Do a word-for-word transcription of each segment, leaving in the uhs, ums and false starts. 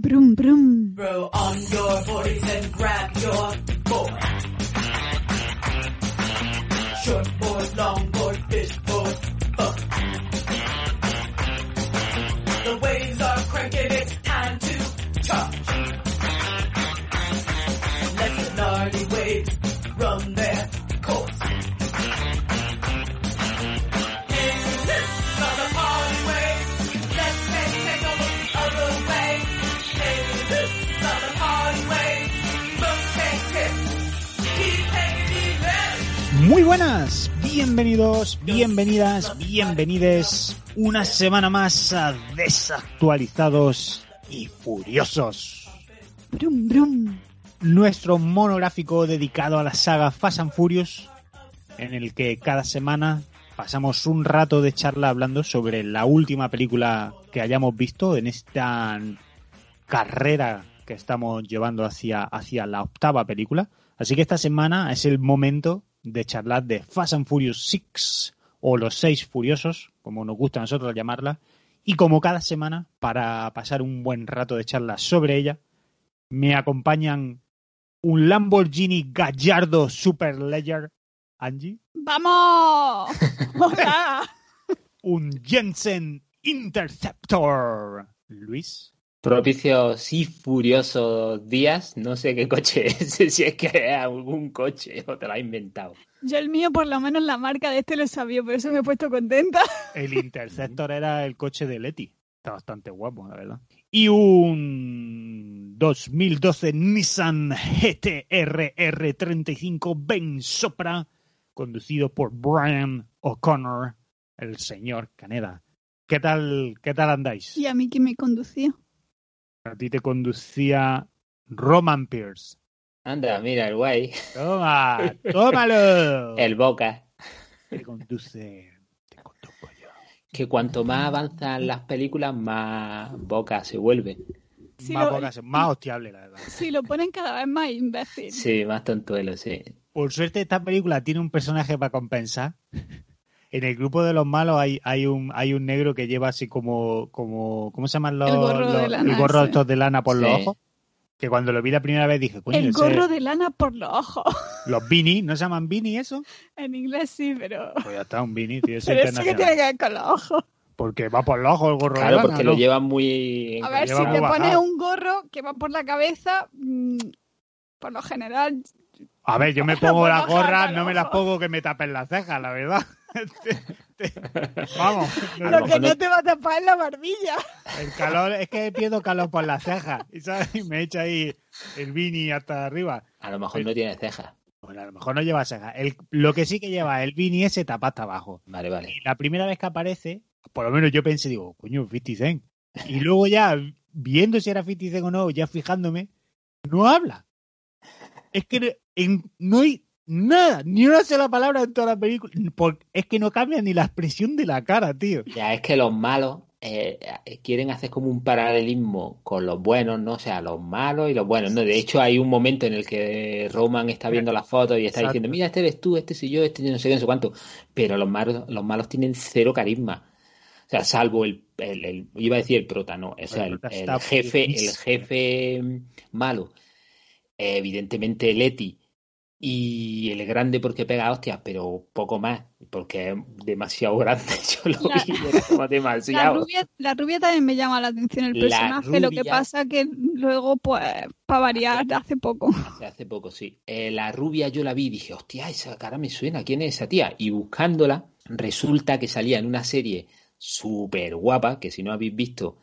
Brum, brum. Throw on your forties and grab your board. Short board, long board, fish board, fuck. The waves are cranking, it's time to charge. Let the gnarly waves run their course. In this other party way, let's take, take over the other way. In this other party way, look, take, take, keep taking it. Muy buenas, bienvenidos, bienvenidas, bienvenides una semana más a Desactualizados y Furiosos. Brum, brum. Nuestro monográfico dedicado a la saga Fast and Furious, en el que cada semana pasamos un rato de charla hablando sobre la última película que hayamos visto en esta carrera que estamos llevando hacia, hacia la octava película. Así que esta semana es el momento de charlar de Fast and Furious seis o los seis furiosos, como nos gusta a nosotros llamarla, y como cada semana, para pasar un buen rato de charla sobre ella, me acompañan un Lamborghini Gallardo Superleggera, Angie. ¡Vamos! ¡Hola! Un Jensen Interceptor, Luis. Propicios y furiosos días, no sé qué coche es, si es que es algún coche o te lo has inventado. Yo el mío, por lo menos la marca de este lo sabía, por eso me he puesto contenta. El Interceptor era el coche de Leti. Está bastante guapo, la verdad. Y un dos mil doce Nissan G T R R treinta y cinco Ben Sopra, conducido por Brian O'Connor, el señor Caneda. ¿Qué tal, qué tal andáis? ¿Y a mí quién me conducía? A ti te conducía Roman Pierce. Anda, mira, el guay. ¡Toma! ¡Tómalo! El Boca. Te conduce... Te conduzco yo. Que cuanto más avanzan las películas, más Boca se vuelve. Sí, más, lo- boca, más hostiable, la verdad. Sí, lo ponen cada vez más imbécil. Sí, más tontuelo, sí. Por suerte esta película tiene un personaje para compensar. En el grupo de los malos hay, hay un hay un negro que lleva así como, como ¿cómo se llaman los, El gorro los- de lana el gorro ese. estos de lana por Sí. los ojos? Que cuando lo vi la primera vez dije, coño, El ese- gorro de lana por los ojos. los beanies, ¿no se llaman beanie eso? En inglés sí, pero... Pues ya está, un beanie, tío, es Pero eso que internacional. tiene que ver con los ojos. Porque va por los ojos el gorro de Claro, lana, porque ¿no? lo llevan muy... A ver, lleva si muy te pones bajado. un gorro que va por la cabeza, mmm, por lo general... A ver, yo me No pongo puedo las gorras, bajar no al me las ojo. pongo que me tapen las cejas, la verdad. Te- te- Vamos, A Lo lo que mejor no no- te va a tapar es la barbilla. el calor, es que pierdo calor por las cejas, y ¿sabes? Y me echa ahí el beanie hasta arriba. A lo mejor no tiene cejas. Bueno, a lo mejor no lleva cejas. El, lo que sí que lleva el beanie ese tapa hasta abajo. Vale, vale. Y la primera vez que aparece, por lo menos yo pensé, digo, coño, cincuenta Cent. Y luego ya, viendo si era cincuenta Cent o no, ya fijándome, no habla. Es que no, en- no hay nada, ni una sola palabra en toda la película. Por- es que no cambia ni la expresión de la cara, tío. Ya es que los malos eh, quieren hacer como un paralelismo con los buenos, ¿no? O sea, los malos y los buenos, ¿no? De hecho, hay un momento en el que Roman está viendo las fotos y está Exacto. diciendo, mira, este eres tú, este soy yo, este no sé qué, no sé cuánto. Pero los malos, los malos tienen cero carisma. O sea, salvo el, el, el- iba a decir el prota, no. O sea, El el, prota el está jefe, el buenísimo. jefe malo, eh, evidentemente Leti. Y el grande porque pega hostias, pero poco más, porque es demasiado grande. Yo lo La- vi, era como La demasiado. rubia, la rubia también me llama la atención el La personaje, lo que rubia- pasa que luego, pues, para variar, hace poco. Hace, hace poco, sí. Eh, la rubia yo la vi y dije, hostia, esa cara me suena, ¿quién es esa tía? Y buscándola, resulta que salía en una serie súper guapa, que si no habéis visto,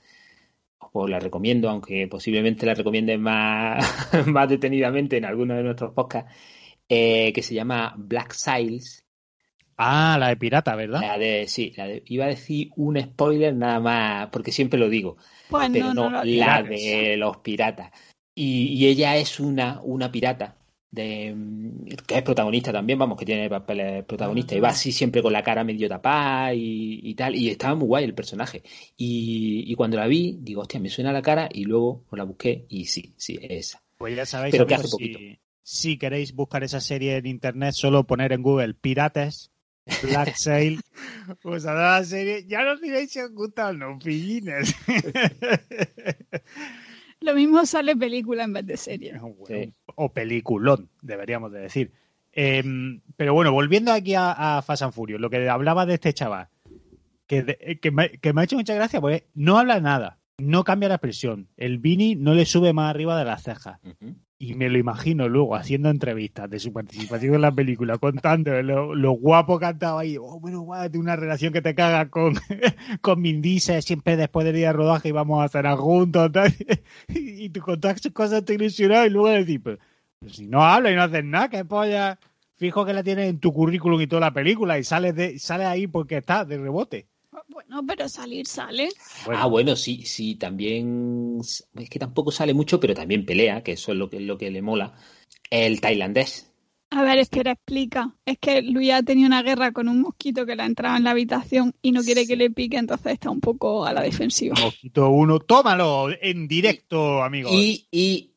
os la recomiendo, aunque posiblemente la recomienden más, más detenidamente en alguno de nuestros podcasts, eh, que se llama Black Sails. Ah, la de pirata, ¿verdad? La de, sí, la de- iba a decir un spoiler nada más, porque siempre lo digo, Pues pero no, no, no, lo la piratas. de los piratas. Y, y ella es una, una pirata de mm, que es protagonista también, vamos, que tiene papeles protagonistas, y va así siempre con la cara medio tapada y, y tal, y estaba muy guay el personaje. Y, y cuando la vi, digo, hostia, me suena la cara, y luego pues la busqué, y sí, sí, es esa. Pues ya sabéis, Pero que amigos, hace poquito. si, si queréis buscar esa serie en internet, solo poner en Google Pirates, Black Sail, pues a la serie, ya nos diréis si os gustan los pillines. Lo mismo sale película en vez de serie. Bueno, Sí. o peliculón, deberíamos de decir. Eh, pero bueno, volviendo aquí a, a Fast and Furious, lo que hablaba de este chaval, que, de- que, me, que me ha hecho mucha gracia, pues no habla nada, no cambia la expresión, el Vini no le sube más arriba de las cejas. Ujú. Y me lo imagino luego haciendo entrevistas de su participación en la película, contando lo, lo guapo que ha estado ahí. Oh, bueno, guau, tiene una relación que te caga con, con Vin Diesel, siempre después del día de rodaje íbamos a cenar juntos, tal. Y, y tú con todas esas cosas te ilusionas y luego decís, pero, pero si no hablas y no haces nada, qué polla. Fijo que la tienes en tu currículum y toda la película y sales de sales ahí porque estás de rebote. Bueno, pero salir sale. Bueno, Ah, bueno, sí, sí, también es que tampoco sale mucho, pero también pelea, que eso es lo que, lo que le mola. El tailandés. A ver, espera, explica. Es que Luis ha tenido una guerra con un mosquito que le ha entrado en la habitación y no quiere Sí. que le pique, entonces está un poco a la defensiva. Mosquito uno, tómalo en directo, amigos. Y, y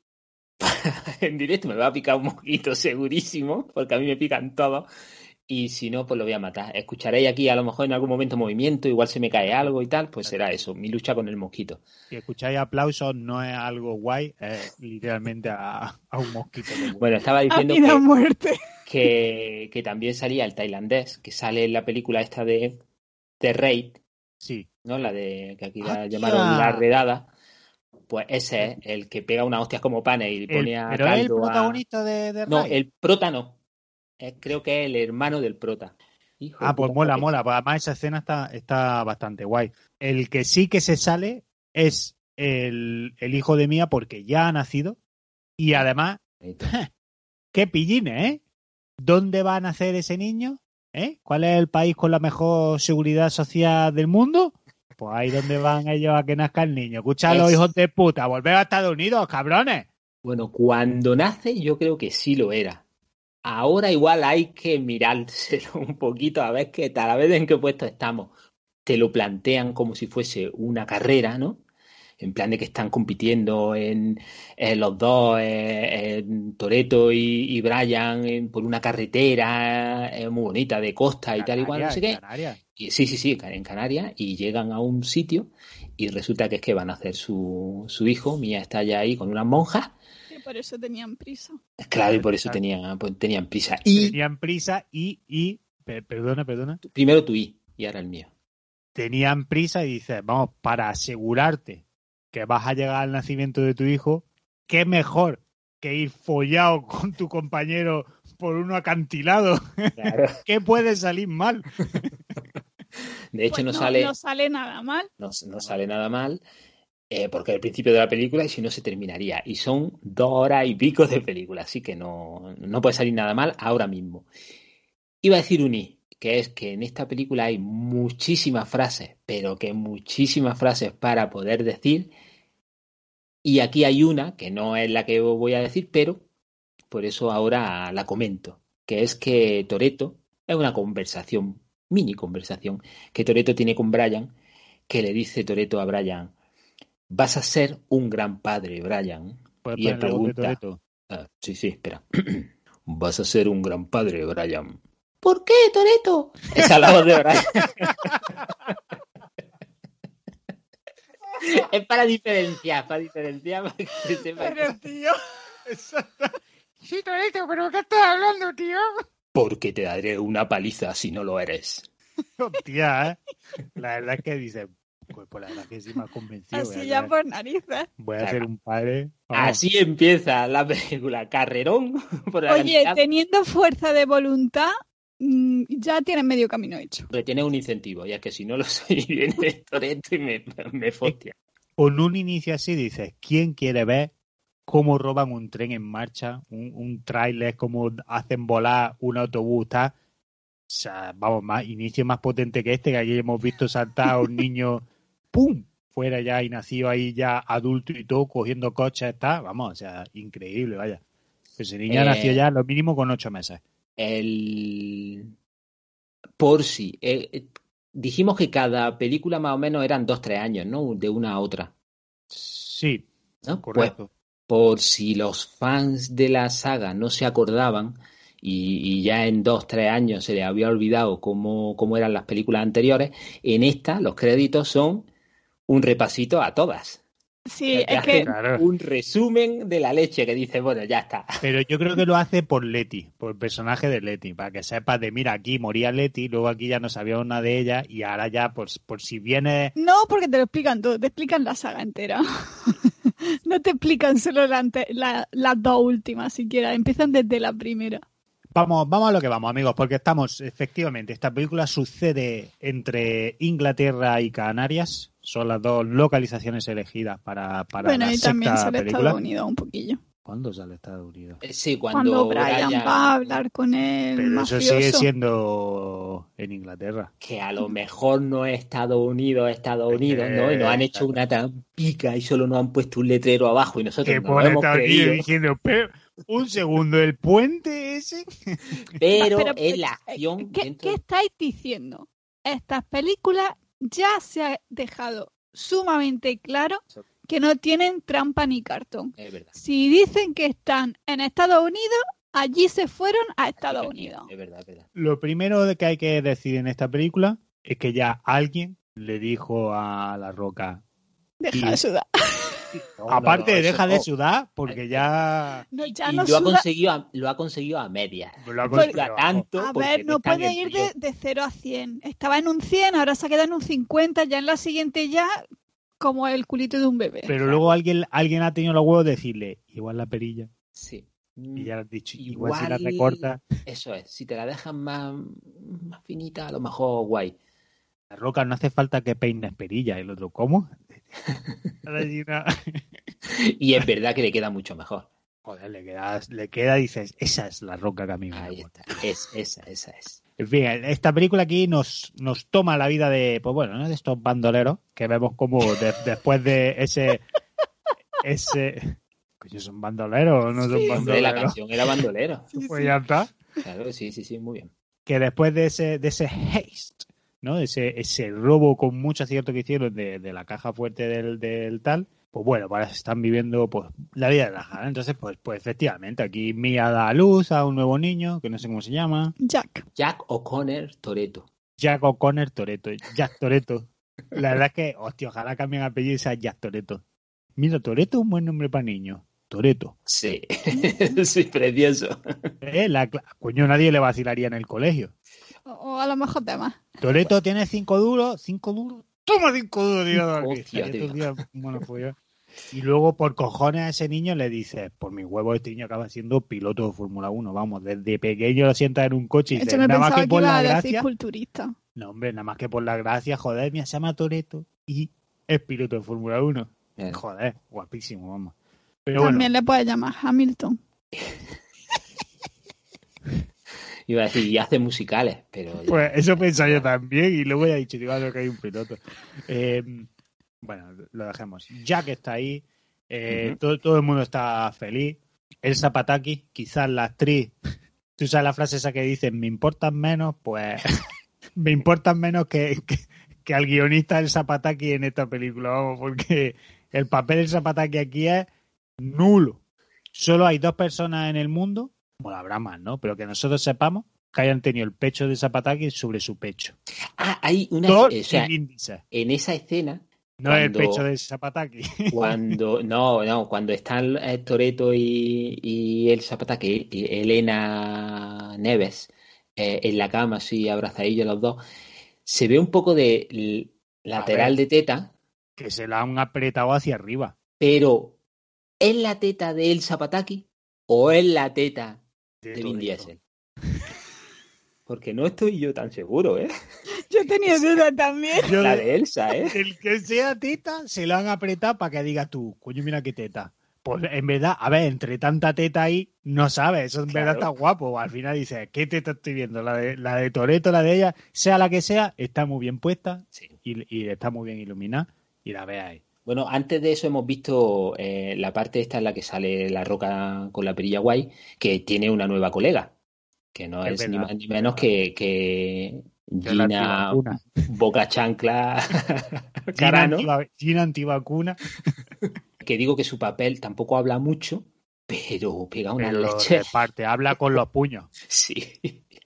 en directo me va a picar un mosquito segurísimo, porque a mí me pican todos. Y si no, pues lo voy a matar. Escucharéis aquí a lo mejor en algún momento movimiento, igual se me cae algo y tal, pues será eso, mi lucha con el mosquito. Si escucháis aplausos, no es algo guay, es literalmente a, a un mosquito. que vuela. Bueno, estaba A diciendo vida o que, muerte. que, que también salía el tailandés, que sale en la película esta de, de Raid, Sí. ¿no? La de que aquí la ¡Hostia! llamaron La Redada. Pues ese es el que pega unas hostias como panes y El- pone a pero es el caldo a... protagonista de, de No, Rai. el prota no. Es- creo que es el hermano del prota. Hijo de Ah, pues puta mola, madre. mola. Pues además esa escena está, está bastante guay. El que sí que se sale es el, el hijo de Mía porque ya ha nacido. Y además, qué pillines, ¿eh? ¿Dónde va a nacer ese niño? ¿Eh? ¿Cuál es el país con la mejor seguridad social del mundo? Pues ahí donde van ellos a que nazca el niño. Escucha, los Es- hijos de puta, volver a Estados Unidos, cabrones. Bueno, cuando nace yo creo que sí lo era. Ahora igual hay que mirárselo un poquito a ver qué tal, a ver en qué puesto estamos. Te lo plantean como si fuese una carrera, ¿no? En plan de que están compitiendo en, en los dos, eh, en Toretto y, y Brian en- por una carretera eh, muy bonita de costa y tal y cual, no sé qué. Canarias. Y, sí, sí, sí, en Canarias, y llegan a un sitio y resulta que es que van a hacer su, su hijo. Mía está ya ahí con unas monjas. Y por eso tenían prisa. Claro, y por eso tenían, pues, tenían prisa. Y Tenían prisa y, y per- perdona, perdona, primero tu I y ahora el mío. tenían prisa y dices, vamos, para asegurarte que vas a llegar al nacimiento de tu hijo, qué mejor que ir follado con tu compañero por un acantilado. Claro. ¿Qué puede salir mal? De hecho, Pues no, sale, no sale nada mal. no, no sale nada mal, eh, porque es el principio de la película y si no se terminaría. Y son dos horas y pico de película, así que no, no puede salir nada mal ahora mismo. Iba a decir un I, que es que en esta película hay muchísimas frases, pero que muchísimas frases para poder decir. Y aquí hay una, que no es la que voy a decir, pero por eso ahora la comento, que es que Toretto, es una conversación, mini conversación, que Toretto tiene con Brian, que le dice Toretto a Brian, vas a ser un gran padre, Brian. Puedes Y él poner la voz de pregunta, Toretto. ah, sí, sí, espera, vas a ser un gran padre, Brian. ¿Por qué, Toretto? Esa es la voz de Brian. Es para diferenciar, para diferenciar, para que se sepa que- tío. Sí, Toretto, pero ¿qué estás hablando, tío? Porque te daré una paliza si no lo eres. Hostia, ¿eh? La verdad es que dice, pues, pues la verdad que sí me ha convencido. Así voy a, ya por narices. voy a Claro. ser un padre. Vamos. Así empieza la película. Carrerón por la Oye, cantidad, teniendo fuerza de voluntad, mm, ya tienes medio camino hecho. pero tiene un incentivo. Y es que si no lo soy, viene Toretto y me, me fostia. Con un inicio así dices, ¿quién quiere ver cómo roban un tren en marcha, un, un tráiler, cómo hacen volar un autobús, tal? O sea, vamos, más inicio más potente que este, que aquí hemos visto saltar a un niño, ¡pum!, fuera ya y nacido ahí ya adulto y todo, cogiendo coches, está, vamos, o sea, increíble, vaya. Ese niño Eh, nació ya lo mínimo con ocho meses. El... Por si. eh, eh, dijimos que cada película más o menos eran dos, tres años, ¿no? De una a otra. Sí, ¿No? Pues, correcto. por si los fans de la saga no se acordaban y, y ya en dos, tres años se les había olvidado cómo, cómo eran las películas anteriores, en esta los créditos son un repasito a todas. Sí, Que te es hace que Claro. un resumen de la leche que dice, bueno, ya está. Pero yo creo que lo hace por Letty, por el personaje de Letty, para que sepas de, mira, aquí moría Letty, luego aquí ya no sabía una de ellas, y ahora ya, por, por si viene... no, porque te lo explican todo, te explican la saga entera. No te explican solo la ante- la- las dos últimas siquiera, empiezan desde la primera. Vamos, vamos a lo que vamos, amigos, porque estamos, efectivamente, esta película sucede entre Inglaterra y Canarias, son las dos localizaciones elegidas para, para Bueno, la y también sexta sale película. Estados Unidos un poquillo. ¿Cuándo sale Estados Unidos? Eh, Sí, Cuando cuando, Brian Brian- va a hablar con el Pero mafioso. eso sigue siendo en Inglaterra. que a lo mejor no es Estados Unidos, Estados Unidos, ¿no? Y nos han hecho una trampica y solo nos han puesto un letrero abajo y nosotros Que no lo pone hemos Estados Unidos creído. diciendo, pero, un segundo, el puente ese... Pero, Pero, es la eh, acción ¿Qué, dentro... qué estáis diciendo? Estas películas ya se ha dejado sumamente claro que no tienen trampa ni cartón. Es verdad. Si dicen que están en Estados Unidos, allí se fueron a Estados Unidos. Es verdad, es verdad. Lo primero de que hay que decir en esta película es que ya alguien le dijo a La Roca, Deja Y- de sudar. No, aparte no, de eso deja de no. sudar, porque ya No, ya y no lo ha, suda. conseguido a, lo ha conseguido a medias. lo ha Pues- conseguido. tanto A porque ver, no están puede en ir brillo. de, de cero a cien. Estaba en un cien, ahora se ha quedado en un cincuenta, ya en la siguiente ya como el culito de un bebé. Pero luego alguien, alguien ha tenido los huevos de decirle, igual la perilla, Sí. y ya le has dicho, igual, si Igual- la recorta, Eso es. Si te la dejan más, más finita, a lo mejor guay. La Roca no hace falta que peines perilla. Y el otro, ¿cómo? Ahora sí, no. Y es verdad que le queda mucho mejor. Joder, le queda, le queda, dices, esa es La Roca que a mí me Ahí gusta. está. Es, esa, esa es. En fin, esta película aquí nos, nos toma la vida de, pues bueno, ¿no? De estos bandoleros que vemos como de- después de ese, ese, coño, son bandoleros o no son Sí. Hombre, la bandoleros. canción era bandolero. Sí, Pues sí. ya está. Claro, sí, sí, sí, muy bien. Que después de ese, de ese haste, ¿no? Ese, ese robo con mucho acierto que hicieron de, de la caja fuerte del, del tal, pues bueno, ahora se están viviendo pues la vida de la jala. Entonces, pues, pues efectivamente, aquí Mia da a luz a un nuevo niño, que no sé cómo se llama, Jack. Jack O'Connor Toretto. Jack O'Connor Toretto, Jack Toretto. La verdad es que, hostia, ojalá cambien apellido y sea Jack Toretto. Mira, Toretto es un buen nombre para niños. Toretto. Sí, sí, precioso. Eh, la cla- Coño, nadie le vacilaría en el colegio. O, o a lo mejor temas. Toretto tiene cinco duros, cinco duros. Toma cinco duros, tirado aquí. Hostia, Estaría tío. todo el día, bueno, pues ya. Y luego, por cojones, a ese niño le dices, por mi huevo, este niño acaba siendo piloto de Fórmula uno. Vamos, desde pequeño lo sientas en un coche y Esto dices, me nada más pensaba que que por iba la a decir gracia. culturista. No, hombre, nada más que por la gracia, joder, mira, se llama Toretto y es piloto de Fórmula uno. Eh, Joder, guapísimo, vamos. Pero bueno, También le puedes llamar Hamilton. Iba a decir, y hace musicales, pero ya. pues eso pensaba yo también y luego ya he dicho, digo, ah, que hay un piloto. Eh, bueno, lo dejemos. Jack está ahí, eh, Ujú. todo, todo el mundo está feliz. Elsa Pataki, quizás la actriz, tú sabes la frase esa que dice, me importan menos, pues me importan menos que, que, que al guionista Elsa Pataki en esta película, vamos, porque el papel de Elsa Pataki aquí es nulo. Solo hay dos personas en el mundo, bueno, habrá más, ¿no? Pero que nosotros sepamos que hayan tenido el pecho de Zapataki sobre su pecho. Ah, hay una... Thor eh, o sea, y Vin Diesel. en esa escena, No es el cuando- pecho de Zapataki. cuando... No, no, cuando están eh, Toretto y, y el Zapataki, y Elena Neves, eh, en la cama, así, abrazadillos los dos, se ve un poco de l- lateral ver. de teta, Que se la han apretado hacia arriba. pero ¿es la teta de el Zapataki o es la teta De de Vin Toretto. Diesel? Porque no estoy yo tan seguro, ¿eh? Yo tenía duda también. Yo La de- de Elsa, ¿eh? El que sea teta, se lo han apretado para que digas tú, coño, mira qué teta. Pues en verdad, a ver, entre tanta teta ahí, no sabes, eso en Claro. verdad está guapo. Al final dices, ¿qué teta estoy viendo? La de, la de Toretto, la de ella, sea la que sea, está muy bien puesta Sí. y, y está muy bien iluminada y la veáis. Bueno, antes de eso hemos visto eh, la parte esta en la que sale La Roca con la perilla guay, que tiene una nueva colega, que no Es es ni verdad. más ni menos que, que Que es la Gina antivacuna. Boca Chancla Gina, Carano, antiva- Gina antivacuna, que digo que su papel tampoco habla mucho, pero pega una pero lo leche. reparte, habla con los puños. Sí.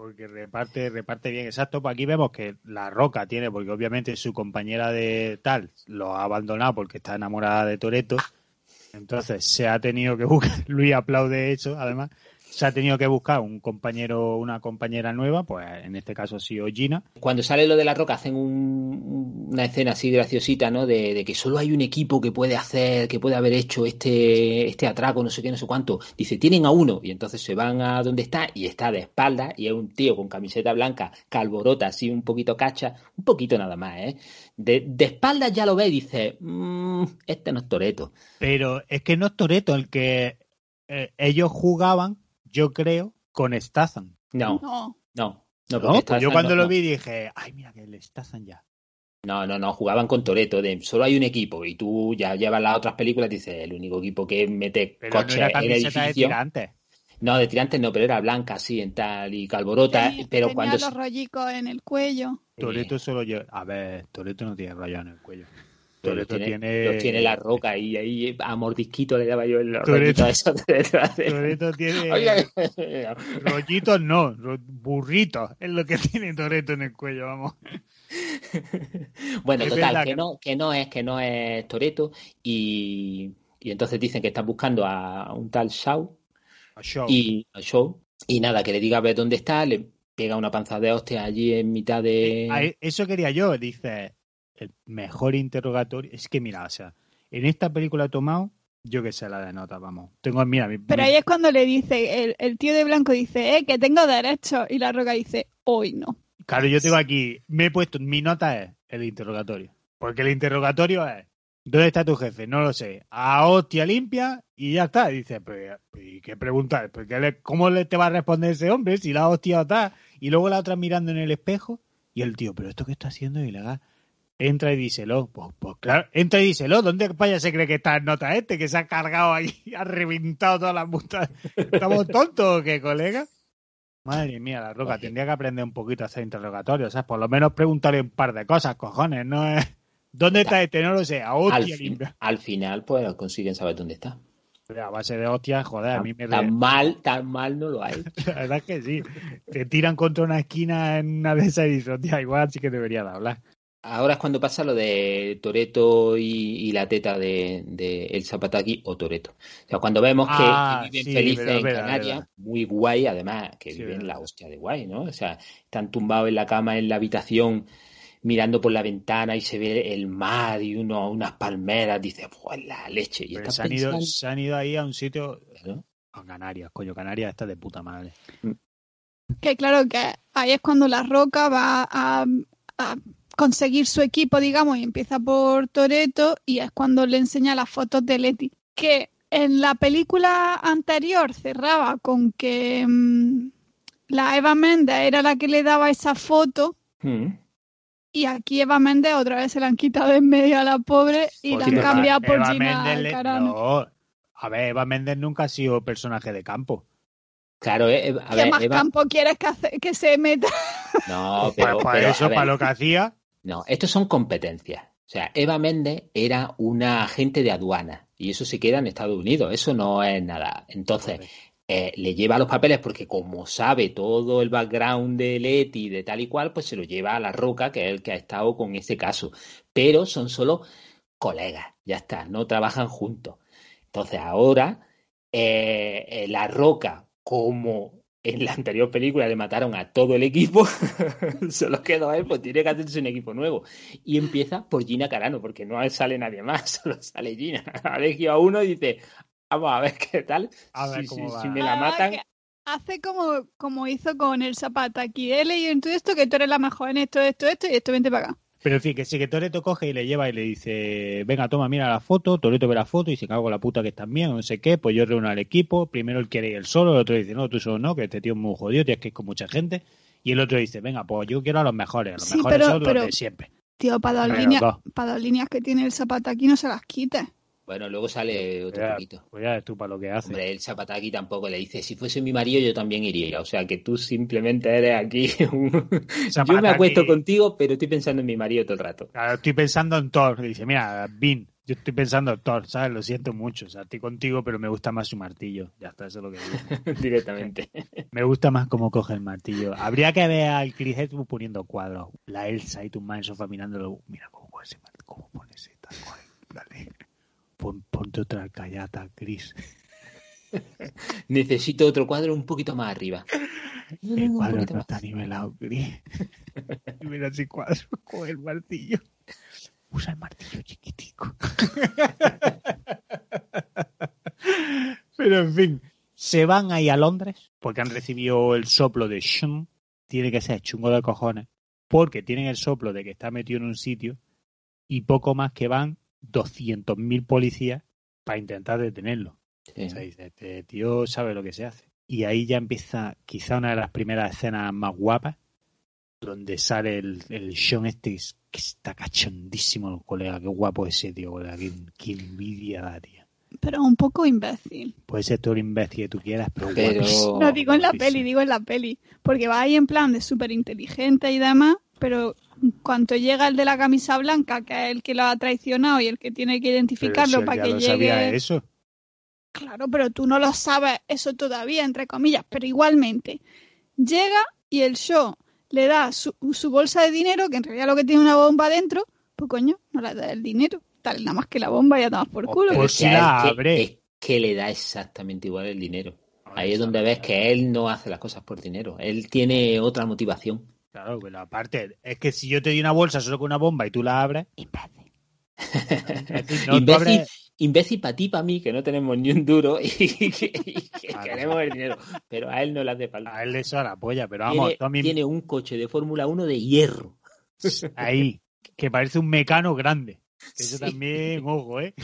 Porque reparte, reparte bien, exacto. Pues aquí vemos que La Roca tiene, porque obviamente su compañera de tal lo ha abandonado porque está enamorada de Toretto. Entonces se ha tenido que buscar, Luis aplaude eso, además, se ha tenido que buscar un compañero, una compañera nueva, pues en este caso ha sido Gina. Cuando sale lo de La Roca hacen un, una escena así graciosita, ¿no? De, de que solo hay un equipo que puede hacer, que puede haber hecho este, este atraco, no sé qué, no sé cuánto. Dice, tienen a uno, y entonces se van a donde está, y está de espaldas, y es un tío con camiseta blanca, calborota, así un poquito cacha, un poquito nada más, ¿eh? De, de espaldas ya lo ve y dice, mmm, este no es Toretto. Pero es que no es Toretto el que eh, ellos jugaban, yo creo, con Statham. No, No. no. No, No, porque pues yo Statham cuando no, lo no. vi dije, ay, mira que el Statham ya. No, no, no, jugaban con Toretto, de solo hay un equipo, y tú ya llevas las otras películas y dices, el único equipo que mete Pero no coches era en camiseta de edificio. tirantes. No, de tirantes no, pero era blanca así en tal y calborota, Tenía, pero tenía cuando los rollicos en el cuello. Toretto solo lleva... A ver, Toretto no tiene rayado en el cuello. pero los Toretto tiene, tiene... los tiene La Roca y ahí a mordisquito le daba yo el Toretto- rollito a eso detrás de- Toretto tiene... Oiga, Rollitos no, ro- burritos es lo que tiene Toretto en el cuello, vamos. bueno, Es total, verdad que que- no, que no es, que no es Toretto, y, y entonces dicen que están buscando a un tal Shaw Show. y a Shaw, y nada, que le diga a ver dónde está, le pega una panza de hostia allí en mitad de... A eso quería yo, dice, el mejor interrogatorio. Es que mira, o sea, en esta película he tomado, yo que sé la de nota, vamos. Tengo, mira, mi, Pero mi- ahí es cuando le dice, el, el tío de blanco dice, eh, que tengo derechos. Y La Roca dice, hoy no. claro, yo tengo aquí, me he puesto, mi nota es el interrogatorio. Porque el interrogatorio es, ¿dónde está tu jefe? No lo sé. A hostia limpia y ya está. Y dice, pues, ¿y qué pregunta? Pues, ¿qué le- ¿cómo le te va a responder ese hombre si la hostia está? Y luego la otra mirando en el espejo y el tío, ¿pero esto qué está haciendo es ilegal? Entra y díselo. Pues, pues claro, entra y díselo. ¿Dónde vaya se cree que está en nota este? Que se ha cargado ahí, ha reventado todas las multas. ¿Estamos tontos o qué, colega? Madre mía, La Roca, Oye. tendría que aprender un poquito a hacer interrogatorios, ¿sabes? Por lo menos preguntarle un par de cosas, cojones, no es... ¿Dónde está este? No lo sé, a al, hostia fin- limpia. al final, pues consiguen saber dónde está. A base de hostias, joder, a mí me... Tan mal, tan mal no lo hay. La verdad es que sí. Te tiran contra una esquina en una de esas y dices, hostia, igual sí que debería de hablar. Ahora es cuando pasa lo de Toretto y, y la teta de, de El Zapataki o Toretto. O sea, cuando vemos que, Ah, que viven sí, felices pero en verdad, Canarias, verdad. muy guay, además, que Sí, viven verdad. la hostia de guay, ¿no? O sea, están tumbados en la cama en la habitación, mirando por la ventana y se ve el mar y uno, unas palmeras, dice, pues la leche. Y Pero estás se, han ido, pensando, se han ido ahí a un sitio... ¿no? A Canarias, coño, Canarias está de puta madre. Que claro que ahí es cuando La Roca va a, a conseguir su equipo, digamos, y empieza por Toretto, y es cuando le enseña las fotos de Leti. Que en la película anterior cerraba con que mmm, la Eva Méndez era la que le daba esa foto, Mm. y aquí Eva Méndez otra vez se la han quitado de en medio a la pobre y la han Eva- cambiado por Eva Gina Méndez le- Carano. No, a ver, Eva Méndez nunca ha sido personaje de campo. Claro, eh, a ¿Qué ver, más Eva... campo quieres que, hace- que se meta? No, Pues pero, para pero, eso, a ver, para lo que hacía... no, estos son competencias. O sea, Eva Méndez era una agente de aduana y eso se queda en Estados Unidos, eso no es nada. Entonces, eh, le lleva los papeles porque como sabe todo el background de Leti, de tal y cual, pues se lo lleva a La Roca, que es el que ha estado con ese caso. Pero son solo colegas, ya está, no trabajan juntos. Entonces, ahora, eh, eh, La Roca, como en la anterior película le mataron a todo el equipo, solo quedó él, pues tiene que hacerse un equipo nuevo. Y empieza por Gina Carano, porque no sale nadie más, solo sale Gina. Ha elegido a uno y dice, vamos a ver qué tal. A ver si, cómo si- va. si me la Además matan... que hace como, como hizo con el Zapataki. He leído en todo esto que tú eres la mejor en esto, esto, esto y esto, vente para acá. Pero en fin, que sí, que Toretto coge y le lleva y le dice, venga, toma, mira la foto, Toretto ve la foto y se cago en la puta que están bien, no sé qué, pues yo reúno al equipo, primero él quiere ir él solo, el otro dice, no, tú solo no, que este tío es muy jodido, tienes que ir con mucha gente, y el otro dice, venga, pues yo quiero a los mejores, los Sí, mejores pero- son pero- los de siempre. Tío, para dos, Pero líneas, dos. para dos líneas que tiene el Zapataki no se las quites. Bueno, luego sale otro Ya, poquito. pues ya ves tú para lo que hace. Hombre, el Zapataki tampoco le dice, si fuese mi marido yo también iría. O sea, que tú simplemente eres aquí un... Yo me Zapataki- acuesto contigo, pero estoy pensando en mi marido todo el rato. Claro, estoy pensando en Thor, y dice, mira, Vin, Yo estoy pensando, Thor, ¿sabes? Lo siento mucho, o sea, estoy contigo, pero me gusta más su martillo. Ya está, eso es lo que digo. Directamente. Me gusta más cómo coge el martillo. Habría que ver al Chris Hemsworth poniendo cuadros. La Elsa y tu man en el sofá mirándolo. Mira cómo pone ese martillo, cómo pone ese tal cual. Dale. Pon, ponte otra alcayata, Chris. Necesito otro cuadro un poquito más arriba. No, no, El no, un cuadro poquito no más. está nivelado, Chris. Y mira ese cuadro, coge el martillo. Usa el martillo chiquitico. Pero en fin, se van ahí a Londres porque han recibido el soplo de Shun. Tiene que ser chungo de cojones porque tienen el soplo de que está metido en un sitio y poco más que van doscientos mil policías para intentar detenerlo. Sí. O sea, dice, este tío sabe lo que se hace. Y ahí ya empieza quizá una de las primeras escenas más guapas donde sale el, el Sean este que está cachondísimo, colega. Qué guapo ese tío, colega. Qué, qué envidia da, tío. Pero un poco imbécil. Puede ser todo el imbécil que tú quieras, pero, Pero- guapísimo. No, digo en la Guapísimo. peli, digo en la peli. Porque va ahí en plan de súper inteligente y demás, pero cuando llega el de la camisa blanca, que es el que lo ha traicionado y el que tiene que Pero identificarlo si él para ya que lo llegue... sabía eso. Claro, pero tú no lo sabes eso todavía, entre comillas, pero igualmente. Llega y el show le da su, su bolsa de dinero, que en realidad lo que tiene una bomba dentro, pues coño, no le da el dinero. Tal, nada más que la bomba ya tomas por culo. Pero Por es si que a la él que- abre. Es que le da exactamente igual el dinero. Ahí es Eso, donde ves que él no hace las cosas por dinero. Él tiene otra motivación. Claro, pero aparte, es que si yo te doy una bolsa solo con una bomba y tú la abres, Imbécil. es decir, no, tú imbécil, abres- imbécil para ti, para mí, que no tenemos ni un duro y que, y que Claro. queremos el dinero. Pero a él no le hace falta. a él le suena la polla, pero vamos, Tiene, Tommy, tiene un coche de Fórmula uno de hierro. ahí, que parece un mecano grande. Que eso Sí. también, ojo, ¿eh?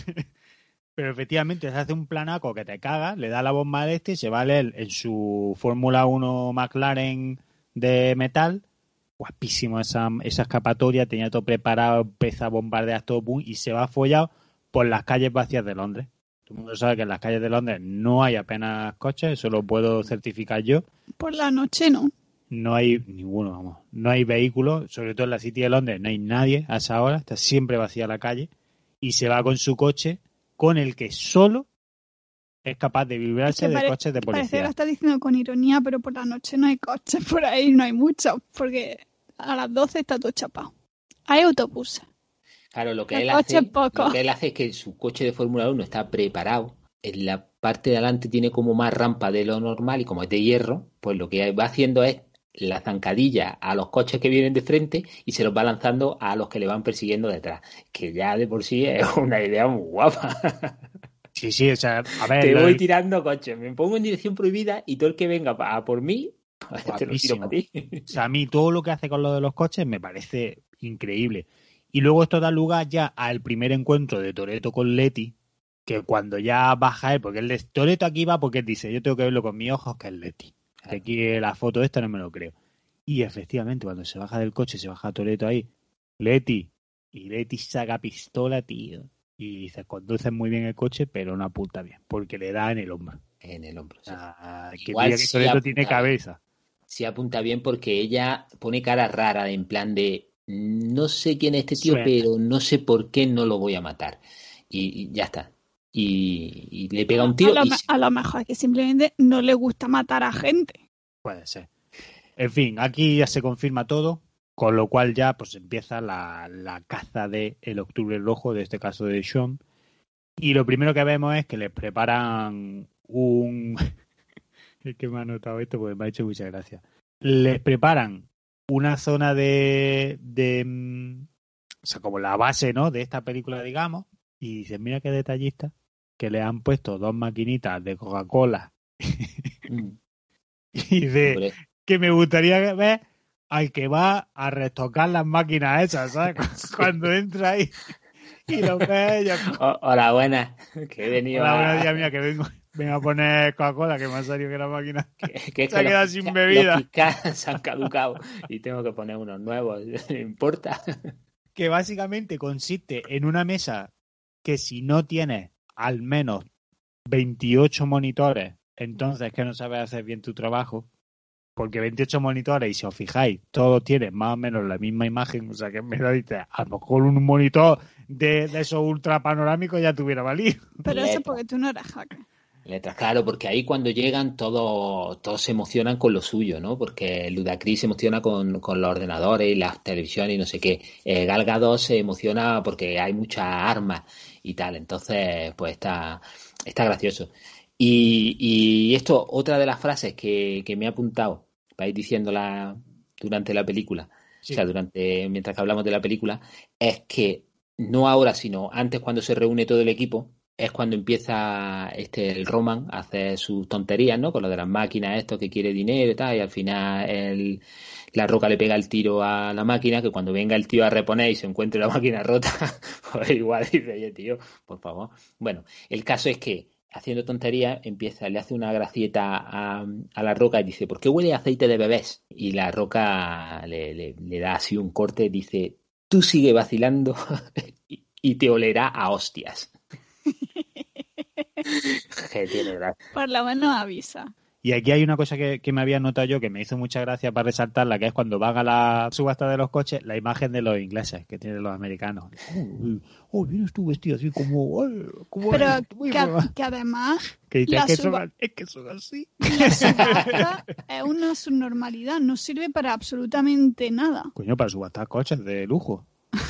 Pero efectivamente se hace un planaco que te caga, le da la bomba al este y se va a leer en su Fórmula uno McLaren de metal. Guapísimo esa, esa escapatoria, tenía todo preparado, empieza a bombardear todo boom, y se va follado por las calles vacías de Londres. Todo el mundo sabe que en las calles de Londres no hay apenas coches, eso lo puedo certificar yo. Por la noche no. No hay ninguno, vamos. No hay vehículos, sobre todo en la City de Londres, no hay nadie a esa hora, está siempre vacía la calle. Y se va con su coche, con el que solo es capaz de librarse Es que de pare- coches de Parece que policía. lo estás diciendo con ironía, pero por la noche no hay coches por ahí, no hay muchos, porque a las doce está todo chapado. Hay autobuses. Claro, lo que, El él coche hace, poco. lo que él hace es que su coche de Fórmula uno está preparado. En la parte de adelante tiene como más rampa de lo normal y como es de hierro, pues lo que va haciendo es la zancadilla a los coches que vienen de frente y se los va lanzando a los que le van persiguiendo detrás. Que ya de por sí es una idea muy guapa. Sí, sí, o sea, a ver, Te lo voy del- tirando coches, me pongo en dirección prohibida y todo el que venga a por mí, pues te lo tiro Guapísimo. para ti. O sea, a mí todo lo que hace con lo de los coches me parece increíble. Y luego esto da lugar ya al primer encuentro de Toretto con Letty, que cuando ya baja él, porque él es Toretto aquí va porque él dice, yo tengo que verlo con mis ojos, que es Letty. Que aquí la foto esta no me lo creo. Y efectivamente, cuando se baja del coche, se baja Toretto ahí, Letty, y Letty saca pistola, tío. Y dice, conduces muy bien el coche, pero no apunta bien, porque le da en el hombro. En el hombro. O Sí. sea, que Igual diga que sí Toretto apunta tiene bien. cabeza. Sí apunta bien porque ella pone cara rara en plan de no sé quién es este tío, Suena. pero no sé por qué no lo voy a matar. Y, y ya está. Y, y le pega un tiro a, lo, y me- se- a lo mejor es que simplemente no le gusta matar a gente. Puede ser. En fin, aquí ya se confirma todo, con lo cual ya pues empieza la, la caza de el Octubre Rojo, de este caso de Sean. Y lo primero que vemos es que les preparan un... Es que me ha notado esto porque me ha hecho mucha gracia. Les preparan una zona de... de mm, o sea, como la base, ¿no?, de esta película, digamos. Y dicen, mira qué detallista, que le han puesto dos maquinitas de Coca-Cola Mm, y de... hombre. que me gustaría ver al que va a restocar las máquinas esas, ¿sabes? Cuando entra ahí y lo ve ella. Oh, hola, buenas. Que he venido Hola, a... buenos días, mía, que vengo, vengo a poner Coca-Cola, que me ha salido que la máquina Que, que es se ha que quedado los sin Kit Kat- bebida. los Kit Kat se han caducado y tengo que poner unos nuevos. ¿No importa? Que básicamente consiste en una mesa que si no tienes al menos veintiocho monitores, entonces que no sabes hacer bien tu trabajo, porque veintiocho monitores, y si os fijáis, todos tienen más o menos la misma imagen, o sea que me lo dice, a lo mejor un monitor de, de esos ultra panorámicos ya tuviera valido. Pero eso Letra. porque tú no eres hacker. Letras, claro, porque ahí cuando llegan todos, todos se emocionan con lo suyo, ¿no? Porque Ludacris se emociona con, con los ordenadores y las televisiones y no sé qué. Eh, Gal Gadot se emociona porque hay muchas armas y tal. Entonces, pues está, está gracioso. Y, y esto, otra de las frases que, que me he apuntado para ir diciéndola durante la película, Sí. o sea, durante mientras que hablamos de la película, es que no ahora, sino antes cuando se reúne todo el equipo, es cuando empieza este el Roman a hacer sus tonterías, ¿no? Con lo de las máquinas, esto que quiere dinero y tal, y al final el, la Roca le pega el tiro a la máquina, que cuando venga el tío a reponer y se encuentre la máquina rota, pues igual dice, oye tío, por favor. Bueno, el caso es que haciendo tonterías empieza, le hace una gracieta a, a la Roca y dice, ¿por qué huele a aceite de bebés? Y la Roca le, le, le da así un corte y dice, tú sigue vacilando y, y te olerá a hostias. Que tiene gracia. Por lo menos avisa. Y aquí hay una cosa que, que me había notado yo que me hizo mucha gracia para resaltarla, que es cuando van a la subasta de los coches, la imagen de los ingleses que tienen los americanos. Oh, oh, vienes tú vestido así como... como Pero muy que, brava. que además que dices la que suba- son, es que son así. la subasta es una subnormalidad, no sirve para absolutamente nada. Coño, para subastar coches de lujo.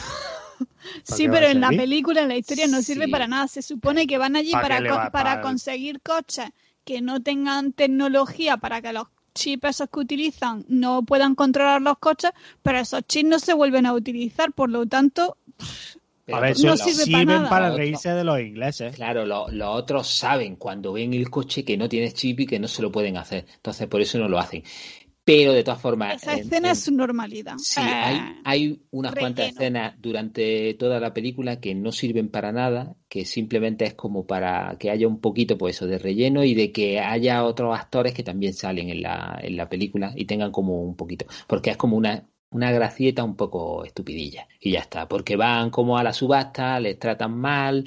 Sí, qué va pero a en la servir? película, en la historia, no sirve Sí. para nada. Se supone que van allí ¿Para para, qué le co- va- para para- conseguir coches que no tengan tecnología para que los chips esos que utilizan no puedan controlar los coches, pero esos chips no se vuelven a utilizar, por lo tanto, Pero A ver, porque no son- los- sirve sirven para nada. para Lo otro- reírse de los ingleses. Claro, lo- los otros saben cuando ven el coche que no tiene chip y que no se lo pueden hacer. Entonces, por eso no lo hacen. Pero, de todas formas... esa en- escena en- es su normalidad. Sí, Eh, hay, hay unas cuantas relleno. escenas durante toda la película que no sirven para nada, que simplemente es como para que haya un poquito pues eso de relleno y de que haya otros actores que también salen en la, en la película y tengan como un poquito, porque es como una, una gracieta un poco estupidilla y ya está, porque van como a la subasta, les tratan mal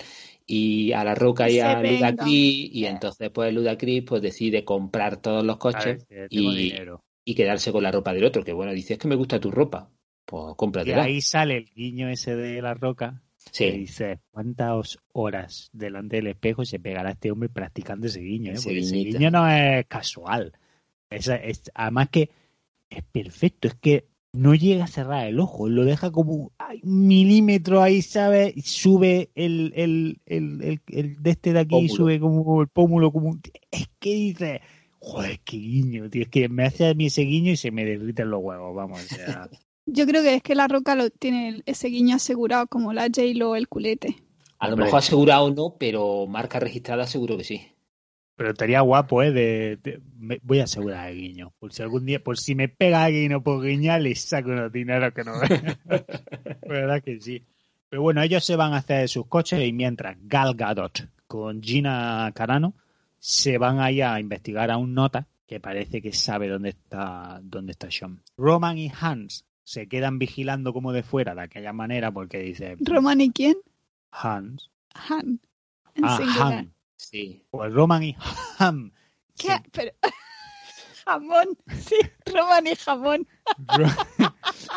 y a la Roca y Se a vengan. Ludacris y Eh. entonces pues Ludacris pues decide comprar todos los A coches ver, que tengo y, dinero. y quedarse con la ropa del otro, que bueno, dice, es que me gusta tu ropa, pues Y cómpratela. ahí sale el guiño ese de la Roca, que Sí, dice, ¿cuántas horas delante del espejo se pegará este hombre practicando ese guiño? ¿eh? Ese Porque ese guiñito. guiño no es casual. Es, es- además que es perfecto, es que no llega a cerrar el ojo, lo deja como ay, un milímetro ahí, ¿sabes? Y sube el, el, el, el, el de este de aquí, Pómulo. sube como el pómulo, como un... Es que dice, joder, qué guiño, tío, es que me hace a mí ese guiño y se me derriten los huevos, vamos, o sea... Yo creo que es que la Roca lo tiene ese guiño asegurado, como la J-Lo el culete. a lo Hombre. mejor asegurado no, pero marca registrada seguro que sí. Pero estaría guapo, ¿eh? De, de- me- voy a asegurar el guiño. Por si algún día, por si me pega alguien y no puedo guiñar, le saco unos dineros que no veas. ¿Verdad que sí? Pero bueno, ellos se van a hacer sus coches y mientras Gal Gadot con Gina Carano se van ahí a investigar a un nota que parece que sabe dónde está, dónde está Sean. Roman y Hans se quedan vigilando como de fuera de aquella manera porque dice ¿Roman y quién? Hans. Han. En Ah, singular. Han. Sí. Pues Roman y Ham. ¿Qué? se- Pero... jamón. Sí, Roman y jamón. Ro-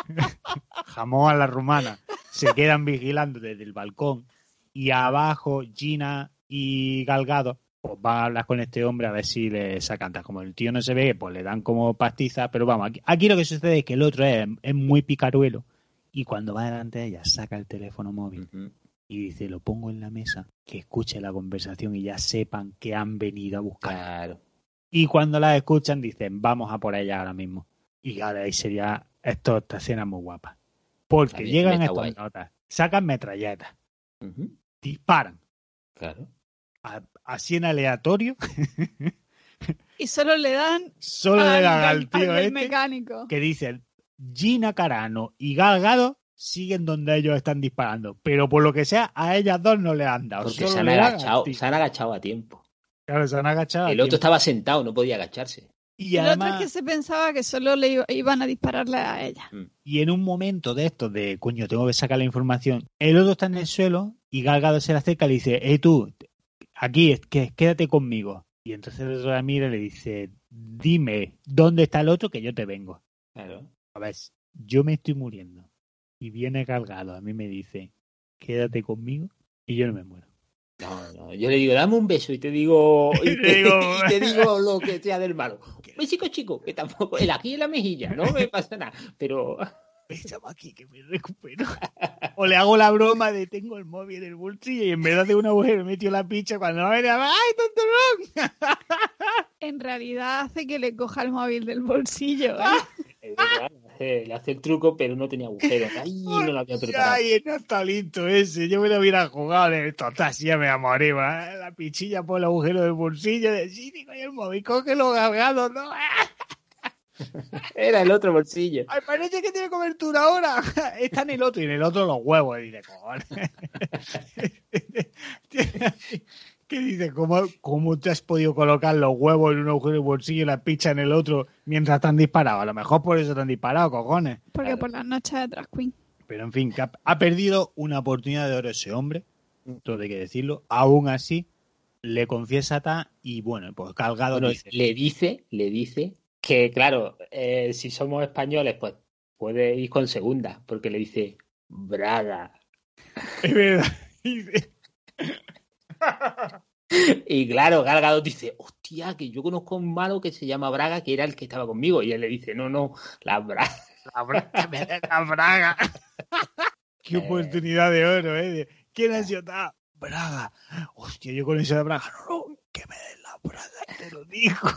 jamón a la rumana. Se quedan vigilando desde el balcón y abajo Gina y Galgado pues van a hablar con este hombre a ver si le sacan. Como el tío no se ve, pues le dan como pastiza, pero vamos, aquí, aquí lo que sucede es que el otro es, es muy picaruelo y cuando va delante de ella saca el teléfono móvil Ujú. y dice, lo pongo en la mesa, que escuche la conversación y ya sepan que han venido a buscar. Claro. Y cuando la escuchan dicen, vamos a por ella ahora mismo. Y ahora ahí sería esto, esta escena muy guapa. Porque También llegan está estas guay. notas, sacan metralletas, Ujú. disparan, Claro. a- así en aleatorio, Y solo le dan solo le dan al, al tío al del este, mecánico. que dicen, Gina Carano y Gal Gadot siguen donde ellos están disparando. Pero por lo que sea, a ellas dos no le han dado. Porque solo se han le dan al agachado, tío. se han agachado a tiempo. Claro, se han agachado. El a otro tiempo. estaba sentado, no podía agacharse. Y El además... otro es que se pensaba que solo le iba- iban a dispararle a ella. Y en un momento de esto de, coño, tengo que sacar la información, el otro está en el suelo y Gal Gadot se le acerca y le dice, hey tú, aquí, que, quédate conmigo. Y entonces el otro la mira y le dice, dime, ¿dónde está el otro que yo te vengo? Claro. A ver, yo me estoy muriendo. Y viene cargado, a mí me dice, quédate conmigo y yo no me muero. No, no, yo le digo, dame un beso y te digo y te, digo- y te digo lo que sea del malo. Besico chico, que tampoco, el aquí en la mejilla, no me pasa nada, pero Estamos aquí que me recupero. O le hago la broma de tengo el móvil en el bolsillo y en vez de hacer una mujer me metió la picha cuando me ¡ay, tontorón! En realidad hace que le coja el móvil del bolsillo. ¿eh? es verdad, le hace, le hace el truco, pero no tenía agujero. Ay, no lo había preparado. Ay, no está listo ese. Yo me lo hubiera jugado en el total, si ya me morir. ¿eh? La pichilla por el agujero del bolsillo. De, sí, digo, y el móvil, cógelo cargado, ¿no? Era el otro bolsillo. Ay, parece que tiene cobertura ahora. Está en el otro y en el otro los huevos. Y dice, cojones. ¿Qué dice? ¿Cómo, ¿Cómo te has podido colocar los huevos en un agujero del bolsillo y la picha en el otro mientras te han disparado? A lo mejor por eso te han disparado, cojones. Porque Claro. por las noches de Drag Queen. Pero en fin, que ha, ha perdido una oportunidad de oro ese hombre. Todo hay que decirlo. Aún así, le confiesa a Ta y bueno, pues Calgado Bueno, dice... le dice, le dice que, claro, eh, si somos españoles, pues puede ir con segunda, porque le dice Braga. Es verdad. Dice... Y claro, Gal Gadot dice, hostia, que yo conozco a un malo que se llama Braga, que era el que estaba conmigo. Y él le dice, no, no, la Braga. La braga, me den la braga. Qué oportunidad de oro, ¿eh? De- ¿Quién ha sido Ta? Braga. Hostia, yo con eso de Braga. No, no, que me den la braga, te lo digo.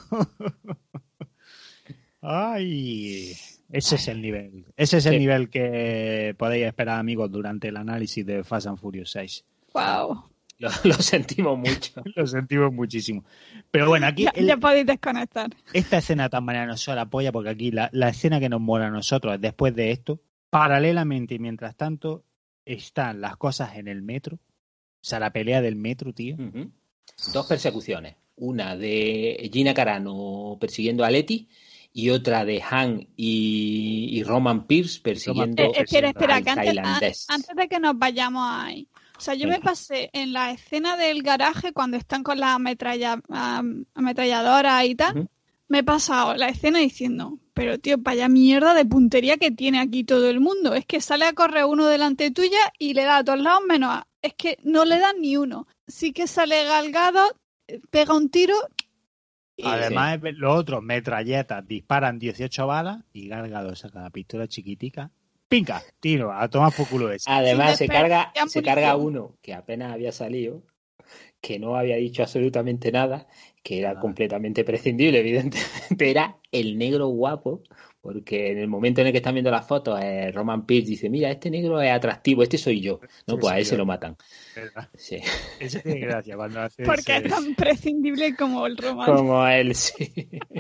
Ay, ese es el nivel. Ese es el Sí. nivel que podéis esperar, amigos, durante el análisis de Fast and Furious seis. Wow. Lo, lo sentimos mucho. Lo sentimos muchísimo. Pero bueno, aquí Ya, el- ya podéis desconectar. esta escena de todas maneras nos suena la polla porque aquí la, la escena que nos mola a nosotros es después de esto, paralelamente y mientras tanto, están las cosas en el metro. O sea, la pelea del metro, tío. Ujú. Dos persecuciones. Una de Gina Carano persiguiendo a Letty y otra de Han y, y Roman Pierce persiguiendo Eh, espera, espera, al que antes, a- tailandés. antes de que nos vayamos ahí. O sea, yo me Venga. pasé en la escena del garaje cuando están con las ametralla, am- ametralladoras y tal. Ujú. Me he pasado la escena diciendo, pero tío, vaya mierda de puntería que tiene aquí todo el mundo. Es que sale a correr uno delante tuya y le da a todos lados menos a... Es que no le dan ni uno. Sí que sale Gal Gadot, eh, pega un tiro y... Además, los otros metralletas disparan dieciocho balas y Gal Gadot saca la pistola chiquitica. ¡Pinca! Tiro, a tomar por culo ese. Además, Sin se carga, desperdiciar se carga munición. uno que apenas había salido, que no había dicho absolutamente nada, que era Ah. completamente prescindible, evidentemente. Era el negro guapo, porque en el momento en el que están viendo las fotos, eh, Roman Pierce dice, mira, este negro es atractivo, este soy yo. No, Sí, pues a sí, ese yo. lo matan. ¿Verdad? Sí. Ese tiene gracia cuando hace Porque ese- es tan prescindible como el romance. Como él, sí.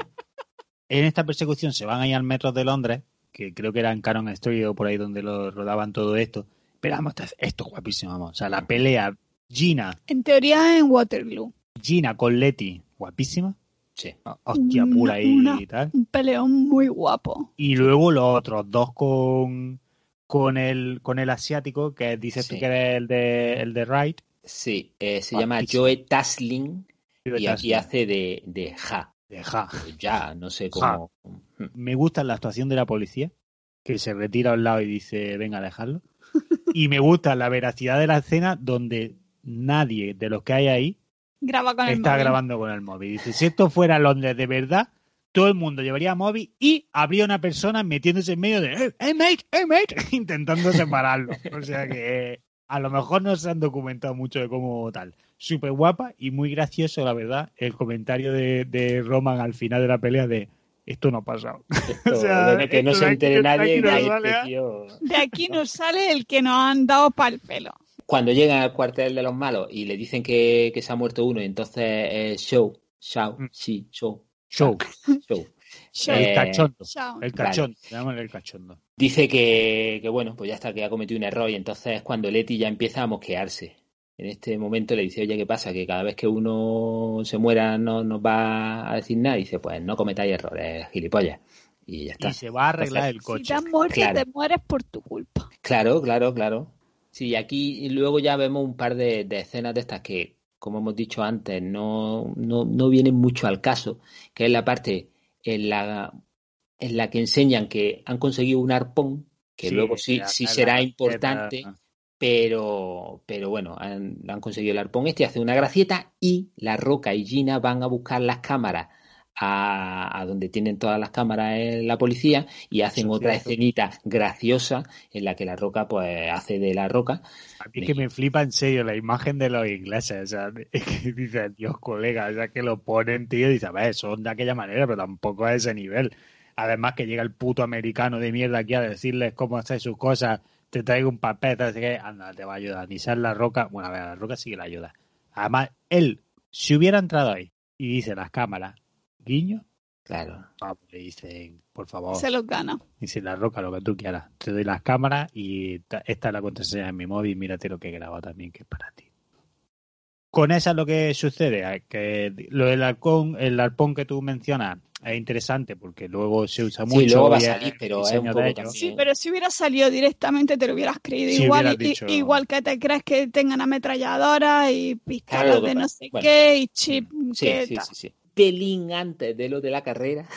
En esta persecución se van ahí al metro de Londres, que creo que era en Cannon Street o por ahí donde lo rodaban todo esto. Pero vamos, esto es- esto es guapísimo, vamos. O sea, la pelea Gina, En teoría en Waterloo. Gina con Letty, guapísima. Sí. Hostia Una- pura ahí una- y tal. Un peleón muy guapo. Y luego los otros dos con con el con el asiático, que dices Sí. tú que eres el de el de Wright. Sí, eh, se Guapísimo. llama Joe Taslim Joe y aquí Taslim. hace de, de Ja. Deja. Ya, no sé cómo. Me gusta la actuación de la policía, que se retira a un lado y dice, venga, dejarlo. Y me gusta la veracidad de la escena donde nadie de los que hay ahí Graba con el está móvil. grabando con el móvil. Dice, si esto fuera Londres de verdad, todo el mundo llevaría móvil y habría una persona metiéndose en medio de, ¡eh, hey, mate, hey, mate! Intentando separarlo. O sea que eh, a lo mejor no se han documentado mucho de cómo tal. Súper guapa y muy gracioso, la verdad, el comentario de, de Roman al final de la pelea de, esto no ha pasado. Esto, O sea, de que no esto se de aquí- entere de nadie aquí no que sale, este ¿eh? tío. De aquí nos sale el que nos han dado para el pelo. Cuando llegan al cuartel de los malos y le dicen que, que se ha muerto uno, y entonces eh, Show, Shao, Mm. sí, Show, Show, Show. Show. el Eh, cachondo. Chao. El cachondo, llamémosle el cachondo. Dice que, que, bueno, pues ya está, que ha cometido un error y entonces es cuando Letty ya empieza a mosquearse. En este momento le dice, oye, ¿qué pasa? Que cada vez que uno se muera no nos va a decir nada. Y dice, pues no cometáis errores, gilipollas. Y ya está. Y se va a arreglar el Si coche. te has muerto, Claro. te mueres por tu culpa. Claro, claro, claro. Sí, aquí y luego ya vemos un par de, de escenas de estas que como hemos dicho antes, no, no, no vienen mucho al caso, que es la parte en la, en la que enseñan que han conseguido un arpón, que Sí, luego sí, acá sí en será la importante, caseta. pero, pero bueno, han, han conseguido el arpón este, hace una gracieta y La Roca y Gina van a buscar las cámaras a, a donde tienen todas las cámaras en la policía y hacen Eso es otra cierto. escenita graciosa en la que La Roca pues hace de La Roca. A mí que me flipa en serio la imagen de los ingleses, o sea, es que dices, Dios, colega, o sea, que lo ponen, tío, y dices, a ver, son de aquella manera, pero tampoco a ese nivel. Además que llega el puto americano de mierda aquí a decirles cómo hacer sus cosas, te traigo un papel, te dice que, anda, te va a ayudar, ni ser La Roca, bueno, a ver, a La Roca sí que le ayuda. Además, él, si hubiera entrado ahí y dice las cámaras, guiño, Claro. vamos, le dicen, por favor, Se los gana. dice La Roca, lo que tú quieras. Te doy las cámaras y ta- esta es la contraseña de mi móvil. Mírate lo que he grabado también, que es para ti. Con esa es lo que sucede, eh, que lo del arpón, el arpón que tú mencionas es interesante porque luego se usa Sí, mucho luego va a y es salir, el pero es diseño un de poco ellos. Sí, también. pero si hubiera salido directamente te lo hubieras creído Si igual, hubieras i- dicho- igual que te crees que tengan ametralladoras y Claro, pistolas lo que de no pasa- sé bueno, qué y chip mm, sí, que sí, tal. sí, sí. Pelín antes de lo de la carrera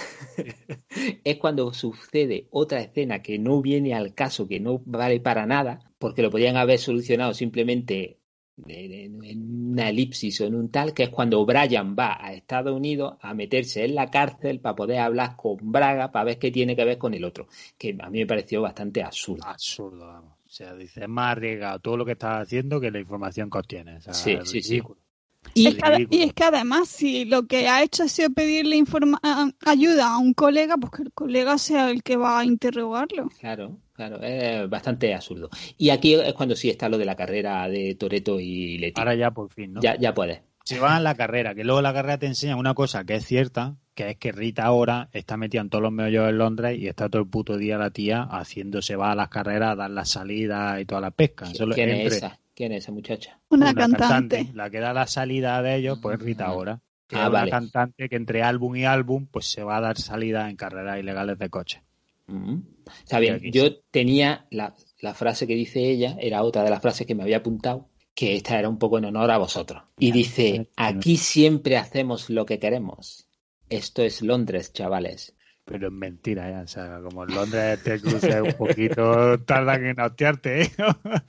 es cuando sucede otra escena que no viene al caso, que no vale para nada, porque lo podían haber solucionado simplemente en en- en una elipsis o en un tal, que es cuando Brian va a Estados Unidos a meterse en la cárcel para poder hablar con Braga para ver qué tiene que ver con el otro, que a mí me pareció bastante absurdo. Absurdo, vamos. O sea, dice, es más arriesgado todo lo que estás haciendo que la información que obtienes. O sea, Sí, es sí, sí. ridículo. Y Es que, ade- y Ridículo. es que además, si lo que ha hecho ha sido pedirle informa- a- ayuda a un colega, pues que el colega sea el que va a interrogarlo. Claro, claro, es bastante absurdo. Y aquí es cuando sí está lo de la carrera de Toretto y Leti. Ahora ya por fin, ¿no? Ya, ya puedes. Se van a la carrera, que luego la carrera te enseña una cosa que es cierta, que es que Rita ahora está metida en todos los meollos en Londres y está todo el puto día la tía haciéndose va a las carreras, a dar las salidas y toda la pesca. Solo ¿Quién entre es esa? ¿Quién es esa muchacha? Una, cantante. la que da la salida de ellos, pues Rita Ah. ahora. Que Ah, es una vale. cantante que entre álbum y álbum pues se va a dar salida en carreras ilegales de coche. Mm. Está bien, Aquí yo sí. tenía la, la frase que dice ella, era otra de las frases que me había apuntado, que esta era un poco en honor a vosotros. Y Ya, dice, ya, aquí siempre hacemos lo que queremos. Esto es Londres, chavales. Pero es mentira, ya. O sea, como en Londres te cruces un poquito, tardan en hostiarte, ¿eh?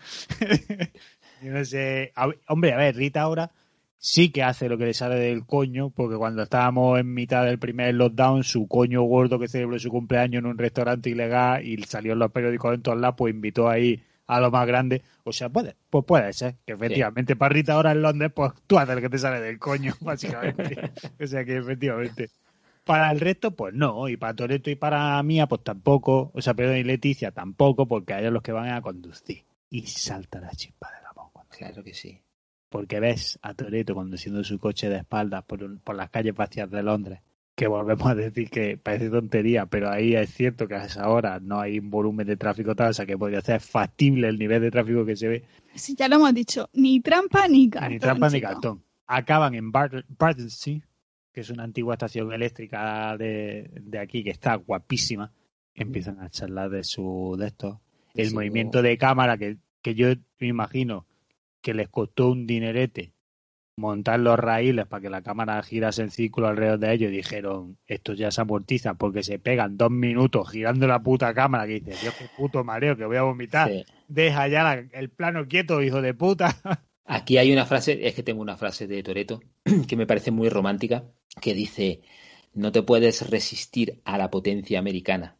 Yo no sé. A ver, hombre, a ver, Rita ahora sí que hace lo que le sale del coño, porque cuando estábamos en mitad del primer lockdown, su coño gordo que celebró su cumpleaños en un restaurante ilegal y salió en los periódicos en todos lados, pues invitó ahí a lo más grande. O sea, puede, pues puede ser, que efectivamente para Rita ahora en Londres, pues tú haces lo que te sale del coño, básicamente. O sea que efectivamente. Para el resto, pues no, y para Toretto y para Mía, pues tampoco, o sea, perdón, y Leticia tampoco, porque a ellos los que van a conducir. Y salta la chispa del amor. Claro que sí. Porque ves a Toretto conduciendo su coche de espaldas por, un- por las calles vacías de Londres, que volvemos a decir que parece tontería, pero ahí es cierto que a esa hora no hay un volumen de tráfico tal, o sea que podría ser factible el nivel de tráfico que se ve, Si ya lo hemos dicho, ni trampa ni cartón. ni trampa ni chico. cartón. Acaban en Bar- Battersea, que es una antigua estación eléctrica de, de aquí, que está guapísima. Empiezan a charlar de su de esto. El Sí, movimiento luego- de cámara, que, que yo me imagino que les costó un dinerete montar los raíles para que la cámara girase en círculo alrededor de ellos, y dijeron, esto ya se amortiza porque se pegan dos minutos girando la puta cámara, que dice, Dios, qué puto mareo, que voy a vomitar. Sí. Deja ya la- el plano quieto, hijo de puta. Aquí hay una frase, es que tengo una frase de Toretto que me parece muy romántica, que dice, no te puedes resistir a la potencia americana.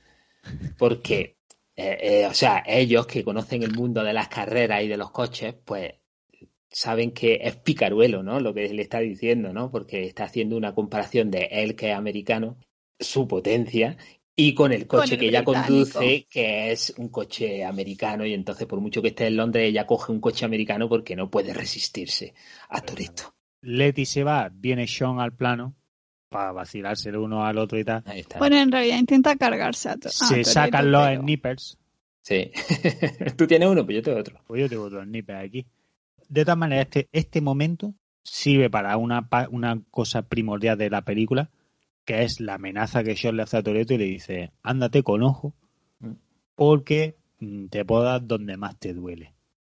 Porque, eh, eh, o sea, ellos que conocen el mundo de las carreras y de los coches, pues saben que es picaruelo, ¿no? Lo que le está diciendo, ¿no? Porque está haciendo una comparación de él, que es americano, su potencia, y con el Con coche el que ella británico. conduce, que es un coche americano, y entonces por mucho que esté en Londres, ella coge un coche americano porque no puede resistirse a Toretto. Leti se va, viene Sean al plano para vacilarse el uno al otro y tal. Ahí está. Bueno, en realidad intenta cargarse a, to- a Se Toretto, sacan los pero- snippers. Sí. Tú tienes uno, pues yo tengo otro. Pues yo tengo otros snippers aquí. De todas maneras, este, este momento sirve para una, pa- una cosa primordial de la película, que es la amenaza que Sean le hace a Toretto y le dice, ándate con ojo, porque mm, te puedo dar donde más te duele.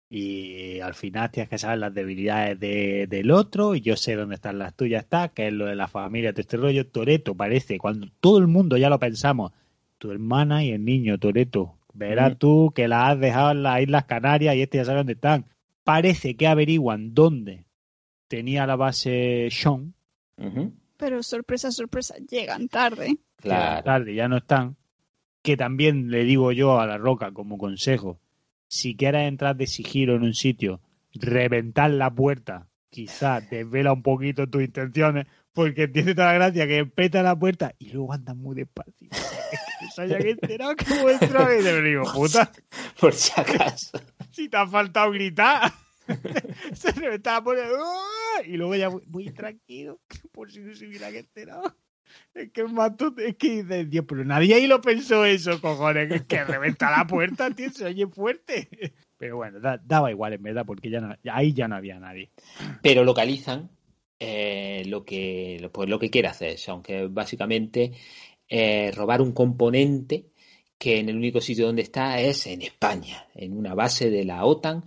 Y al final tienes que saber las debilidades de, del otro, y yo sé dónde están las tuyas, está, que es lo de la familia, todo este rollo. Toretto parece, cuando todo el mundo ya lo pensamos, tu hermana y el niño, Toretto, verás Mm. tú que las has dejado en las Islas Canarias y este ya sabe dónde están. Parece que averiguan dónde tenía la base Sean, Ujú. Pero sorpresa, sorpresa, llegan tarde. que más Claro. tarde ya no están, que también le digo yo a la Roca como consejo, si quieres entrar de sigilo en un sitio, reventar la puerta, quizás desvela un poquito tus intenciones, porque tiene toda la gracia que peta la puerta y luego andan muy despacio. Es que se hayan enterado que hemos entrado y te digo, puta, Por si acaso. si te ha faltado gritar. Se reventaba por el... ¡Ah! Y luego ya muy, muy tranquilo, por si no se hubiera enterado. Es que es más tonto, es que dices, Dios, pero nadie ahí lo pensó eso, cojones, que, que reventa la puerta, tío, se oye fuerte. Pero bueno, da- daba igual en verdad, porque ya no, ya- ahí ya no había nadie. Pero localizan eh, lo que lo- pues lo que quiere hacer Sean, que es básicamente eh, robar un componente que en el único sitio donde está es en España, en una base de la OTAN,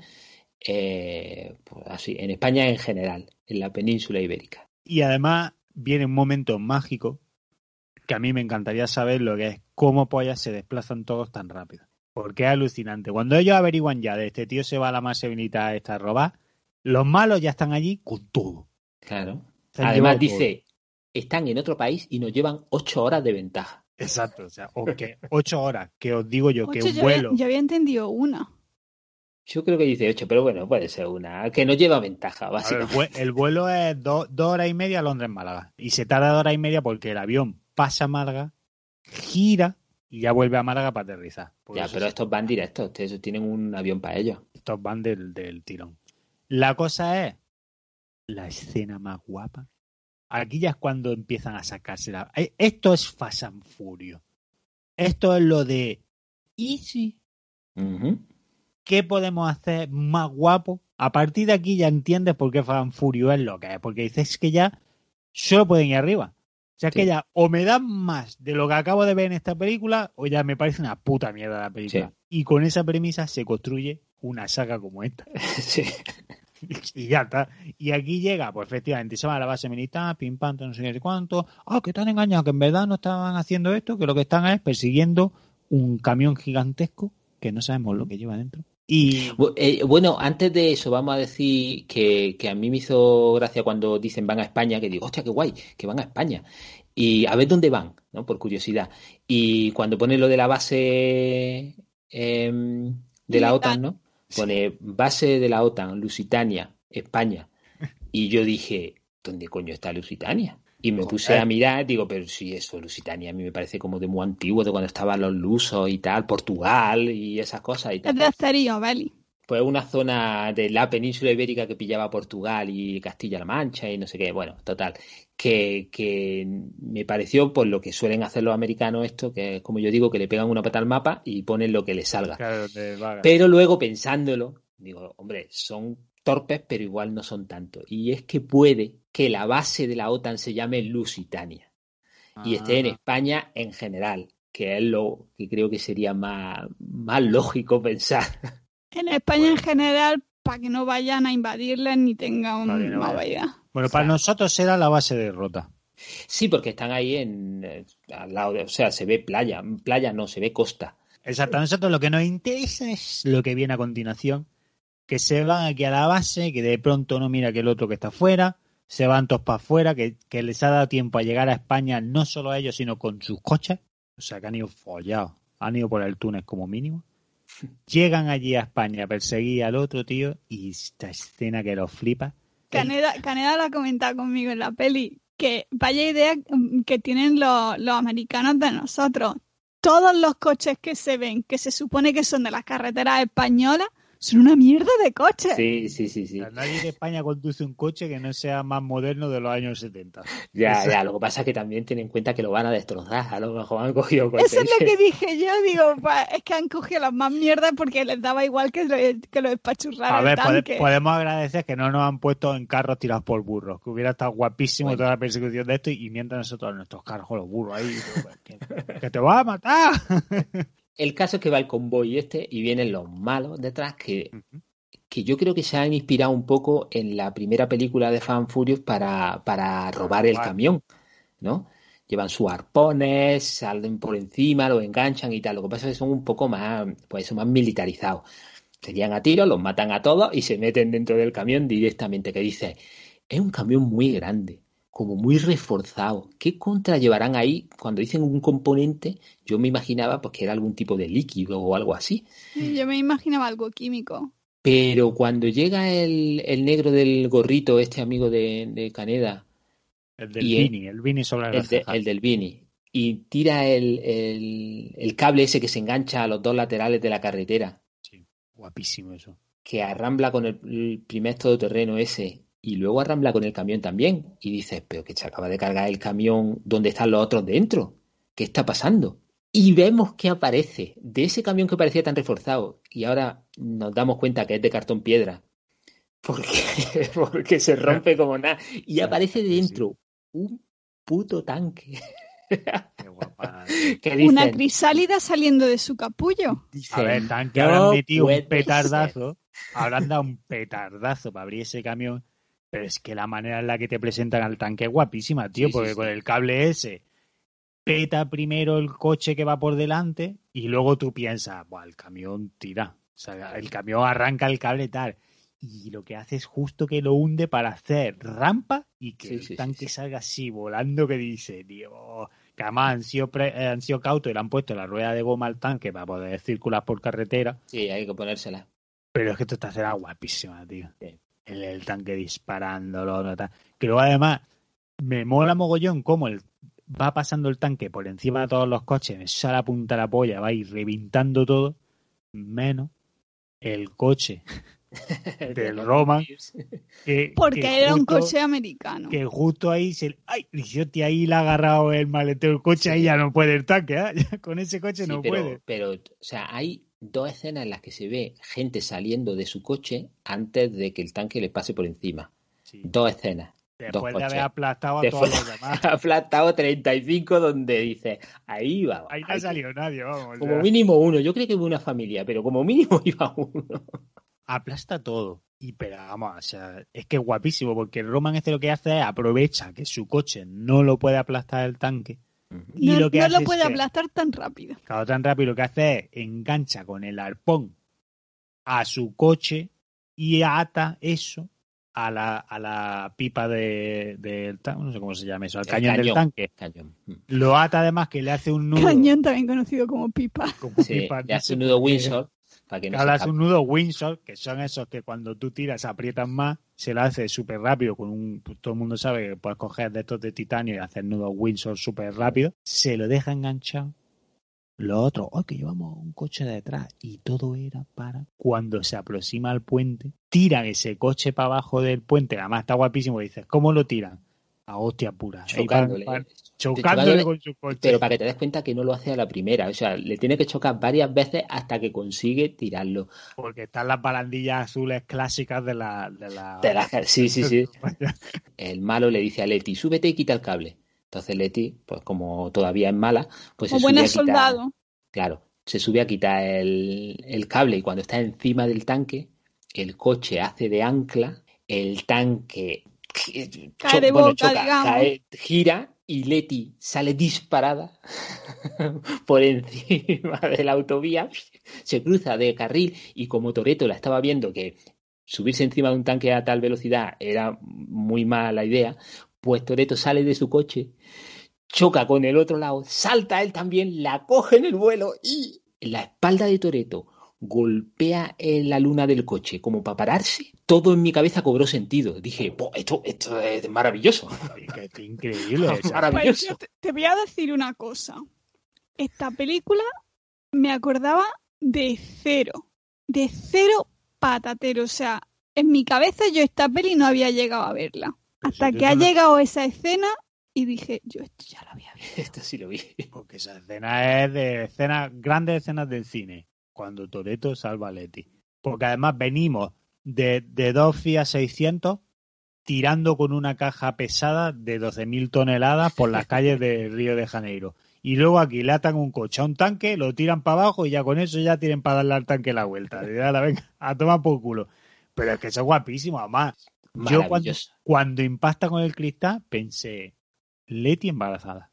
eh, pues así, en España en general, en la península ibérica. Y además viene un momento mágico que a mí me encantaría saber lo que es cómo pollas se desplazan todos tan rápido. Porque es alucinante. Cuando ellos averiguan ya de este tío se va a la masa bonita esta a robar, los malos ya están allí con todo. Claro. Se han Además llevado todo. dice, están en otro país y nos llevan ocho horas de ventaja. Exacto, o sea, o que ocho horas, que os digo yo, que Ocho, un yo, había, vuelo... yo había entendido una. Yo creo que dice ocho, pero bueno, puede ser una que nos lleva ventaja, A ver, el, básicamente. vue- el vuelo es do- dos horas y media a Londres-Málaga. Y se tarda dos horas y media porque el avión pasa a Málaga, gira y ya vuelve a Málaga para aterrizar. Por Ya, eso pero sí, estos van directos, ustedes tienen un avión para ellos. estos van del, del tirón. La cosa es la escena más guapa. Aquí ya es cuando empiezan a sacarse la... eh, Esto es Fast and Furious. Esto es lo de Easy. Ujú. ¿Qué podemos hacer más guapo? A partir de aquí ya entiendes por qué Fast and Furious es lo que es. Porque dices que ya solo pueden ir arriba. O sea, es Sí. que ya o me dan más de lo que acabo de ver en esta película o ya me parece una puta mierda la película. Sí. Y con esa premisa se construye una saga como esta. Sí. Y ya está. Y aquí llega, pues efectivamente, se va a la base militar, pim pam, no sé qué cuánto. Ah, que están engañados, que en verdad no estaban haciendo esto, que lo que están es persiguiendo un camión gigantesco que no sabemos lo que lleva dentro. Y Bu- eh, bueno, antes de eso, vamos a decir que, que a mí me hizo gracia cuando dicen van a España, que digo, hostia, qué guay, que van a España. Y a ver dónde van, ¿no? Por curiosidad. Y cuando pone lo de la base em, de la Militar. OTAN, ¿no? Pone base de la OTAN, Lusitania, España. Y yo dije, ¿dónde coño está Lusitania? Y me puse a mirar, digo, pero si eso, Lusitania, a mí me parece como de muy antiguo, de cuando estaban los lusos y tal, Portugal y esas cosas y Es tal. de Asterio, Beli. Pues una zona de la península ibérica que pillaba Portugal y Castilla-La Mancha y no sé qué, bueno, total, que, que me pareció por lo que suelen hacer los americanos esto, que es como yo digo, que le pegan una pata al mapa y ponen lo que les salga. claro, de vaga. Pero luego pensándolo, digo, hombre, son torpes, pero igual no son tanto. Y es que puede que la base de la OTAN se llame Lusitania y esté en Ah. España en general, que es lo que creo que sería más, más lógico pensar. En España en general, para que no vayan a invadirles ni tengan Para que no más vayan. idea. Bueno, para Claro. nosotros será la base de Rota. Sí, porque están ahí en eh, al lado de, o sea, se ve playa, playa no, se ve costa. Exacto, a nosotros lo que nos interesa es lo que viene a continuación, que se van aquí a la base, que de pronto no mira que el otro que está afuera, se van todos para afuera, que, que les ha dado tiempo a llegar a España, no solo a ellos, sino con sus coches, o sea, que han ido follados, han ido por el túnel como mínimo, llegan allí a España a perseguir al otro tío, y esta escena que los flipa. Caneda, Caneda lo ha comentado conmigo en la peli, que vaya idea mm, que tienen los, los americanos de nosotros. Todos los coches que se ven, que se supone que son de las carreteras españolas, son una mierda de coches. Sí, sí, sí, sí. O sea, nadie de España conduce un coche que no sea más moderno de los años setenta. Ya, ya, lo que pasa es que también ten en cuenta que lo van a destrozar, a lo mejor han cogido coches. Eso es lo que dije yo, digo, pues, es que han cogido las más mierdas porque les daba igual que lo, que lo espachurrara A el ver, pode- tanque. podemos agradecer que no nos han puesto en carros tirados por burros, que hubiera estado guapísimo Bueno. toda la persecución de esto, y mientras nosotros en nuestros carros con los burros ahí, que, que te vas a matar. El caso es que va el convoy este y vienen los malos detrás que, que yo creo que se han inspirado un poco en la primera película de Fast and Furious para, para robar el camión, ¿no? Llevan sus arpones, salen por encima, los enganchan y tal. Lo que pasa es que son un poco más, pues eso, más militarizados. Serían a tiros, los matan a todos y se meten dentro del camión directamente. Que dice, es un camión muy grande, como muy reforzado. ¿Qué contra llevarán ahí? Cuando dicen un componente, yo me imaginaba pues que era algún tipo de líquido o algo así. Sí, yo me imaginaba algo químico. Pero cuando llega el, el negro del gorrito, este amigo de, de Caneda, El del y Vini, el Vini sobre el, las de- cejas. el del Vini, y tira el, el, el cable ese que se engancha a los dos laterales de la carretera, Sí, guapísimo eso. que arrambla con el, el primer todoterreno ese, y luego arrambla con el camión también, y dices, pero que se acaba de cargar el camión, ¿dónde están los otros dentro? ¿Qué está pasando? Y vemos que aparece de ese camión que parecía tan reforzado, y ahora nos damos cuenta que es de cartón piedra, porque, porque se rompe como nada, y aparece Sí, sí. dentro un puto tanque. Qué guapa. Que Una dicen, crisálida saliendo de su capullo. dicen, A ver, tanque "No habrán metido puede un petardazo, ser". habrán dado un petardazo para abrir ese camión, pero es que la manera en la que te presentan al tanque es guapísima, tío, Sí, sí, porque sí. con el cable ese peta primero el coche que va por delante y luego tú piensas, buah, el camión tira, o sea, el camión arranca el cable tal, y lo que hace es justo que lo hunde para hacer rampa y que Sí, el sí, sí, tanque sí. salga así volando, que dice, tío, que además han sido, pre- eh, han sido cautos y le han puesto la rueda de goma al tanque para poder circular por carretera, Sí, hay que ponérsela. pero es que esto está escena guapísima, tío. Sí. El, el tanque disparándolo, no, tal. Que luego además me mola mogollón cómo el, va pasando el tanque por encima de todos los coches, me sale a punta la polla, va a ir reventando todo, menos el coche del Roman, que, Porque que era un justo- coche americano. que justo ahí se ay, dice, hostia, ahí le ha agarrado el maletero el coche, Sí. ahí ya no puede el tanque, ¿eh? Ya con ese coche Sí, no pero, puede. pero, o sea, hay dos escenas en las que se ve gente saliendo de su coche antes de que el tanque le pase por encima. Sí. Dos escenas. Después dos de haber coches. aplastado a Después todos los demás. ha aplastado treinta y cinco donde dice, ahí va. Ahí no ha ahí- salido nadie, vamos. o Como sea, mínimo uno. Yo creo que hubo una familia, pero como mínimo iba uno. aplasta todo. Y pero vamos, o sea, es que es guapísimo, porque el Roman este lo que hace es aprovecha que su coche no lo puede aplastar el tanque. Y no lo que no hace lo es puede que, aplastar tan rápido. claro, tan rápido, lo que hace es engancha con el arpón a su coche y ata eso a la, a la pipa de, del tanque, no sé cómo se llama eso, al El cañón, del cañón. tanque. Cañón. Mm. Lo ata además que le hace un nudo. Cañón también conocido como pipa. Como Sí, pipa, le no hace sé un nudo por qué. Windsor para que Que no se hablas escape. un nudo Windsor, que son esos que cuando tú tiras aprietan más, se lo hace súper rápido, con un, pues todo el mundo sabe que puedes coger de estos de titanio y hacer nudos Windsor súper rápido, se lo deja enganchado. Lo otro, oh, que llevamos un coche detrás, y todo era para cuando se aproxima al puente, tiran ese coche para abajo del puente, además está guapísimo, y dices, ¿cómo lo tiran? A hostia pura, ahí Chocándole. van- van- Chocándole, chocándole con su coche. Pero para que te des cuenta que no lo hace a la primera. O sea, le tiene que chocar varias veces hasta que consigue tirarlo. Porque están las barandillas azules clásicas de la... De la... Te la- Sí, sí, sí. El malo le dice a Leti, súbete y quita el cable. Entonces Leti, pues como todavía es mala, pues Como se sube buena a quitar, soldado. claro, se sube a quitar el, el cable y cuando está encima del tanque, el coche hace de ancla, el tanque Cae de bueno, boca, choca, digamos. cae, gira y Leti sale disparada por encima de la autovía, se cruza de carril y como Toretto la estaba viendo que subirse encima de un tanque a tal velocidad era muy mala idea, pues Toretto sale de su coche, choca con el otro lado, salta él también, la coge en el vuelo y la espalda de Toretto golpea en la luna del coche como para pararse. Todo en mi cabeza cobró sentido. Dije, esto, esto es maravilloso. Ay, que es increíble. O sea, Maravilloso. Pues yo te, te voy a decir una cosa. Esta película me acordaba de cero. De cero patatero. O sea, en mi cabeza yo esta peli no había llegado a verla. Pero Hasta si tú que ha eso no- llegado esa escena y dije, yo esto ya lo había visto. Esto sí lo vi. Porque esa escena es de escenas, grandes escenas del cine. Cuando Toretto salva a Leti. Porque además venimos de, de dos Fiat seiscientos tirando con una caja pesada de doce mil toneladas por las calles de Río de Janeiro. Y luego aquí le atan un coche a un tanque, lo tiran para abajo y ya con eso ya tienen para darle al tanque la vuelta. Y ahora, venga, a tomar por culo. Pero es que eso es guapísimo, además. Yo cuando, Maravilloso. cuando impacta con el cristal pensé, Leti embarazada.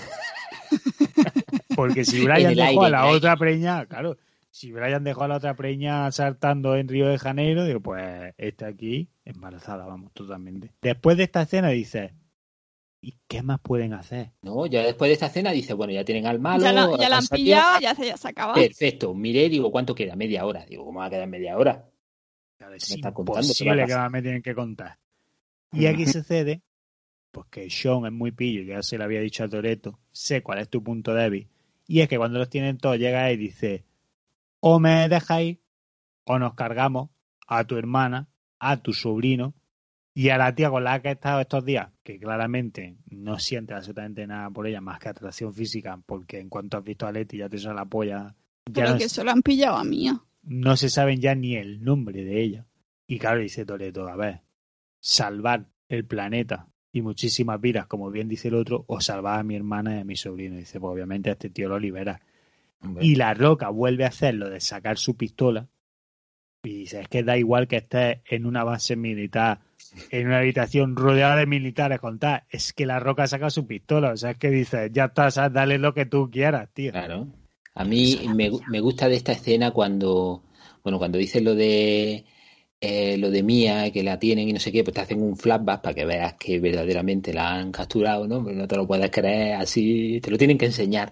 Porque si En Brian el dejó aire, a en la el aire. otra preña, claro, si Brian dejó a la otra preña saltando en Río de Janeiro, digo, pues está aquí embarazada, vamos, totalmente. Después de esta escena dices, ¿y qué más pueden hacer? No, ya después de esta escena dice, bueno, ya tienen al malo, Ya, la, ya la han han salido. pillado, ya se, ya se acaba. Perfecto, miré y digo, ¿cuánto queda? Media hora. Digo, ¿cómo va a quedar media hora? Claro, es Me está contando qué va a imposible que pasar. me tienen que contar. Y aquí sucede, pues que Sean es muy pillo, ya se lo había dicho a Toretto, sé cuál es tu punto débil. Y es que cuando los tienen todos, llega y dice, o me dejáis, o nos cargamos a tu hermana, a tu sobrino y a la tía con la que he estado estos días, que claramente no siente absolutamente nada por ella, más que atracción física, porque en cuanto has visto a Leti ya te suena la polla. Ya Pero no, que se lo han pillado a Mía. no se saben ya ni el nombre de ella. Y claro, dice Toretto, a ver, salvar el planeta y muchísimas vidas, como bien dice el otro, o salvar a mi hermana y a mi sobrino. Dice, pues obviamente a este tío lo libera. Hombre. Y La Roca vuelve a hacer lo de sacar su pistola y dice, es que da igual que estés en una base militar, en una habitación rodeada de militares con tal, es que La Roca saca su pistola, o sea, es que dice, ya está, ¿sabes? Dale lo que tú quieras, tío. Claro. A mí me, me gusta de esta escena cuando, bueno, cuando dice lo de eh, lo de Mía, que la tienen y no sé qué, pues te hacen un flashback para que veas que verdaderamente la han capturado, ¿no? Pero no te lo puedes creer así, te lo tienen que enseñar.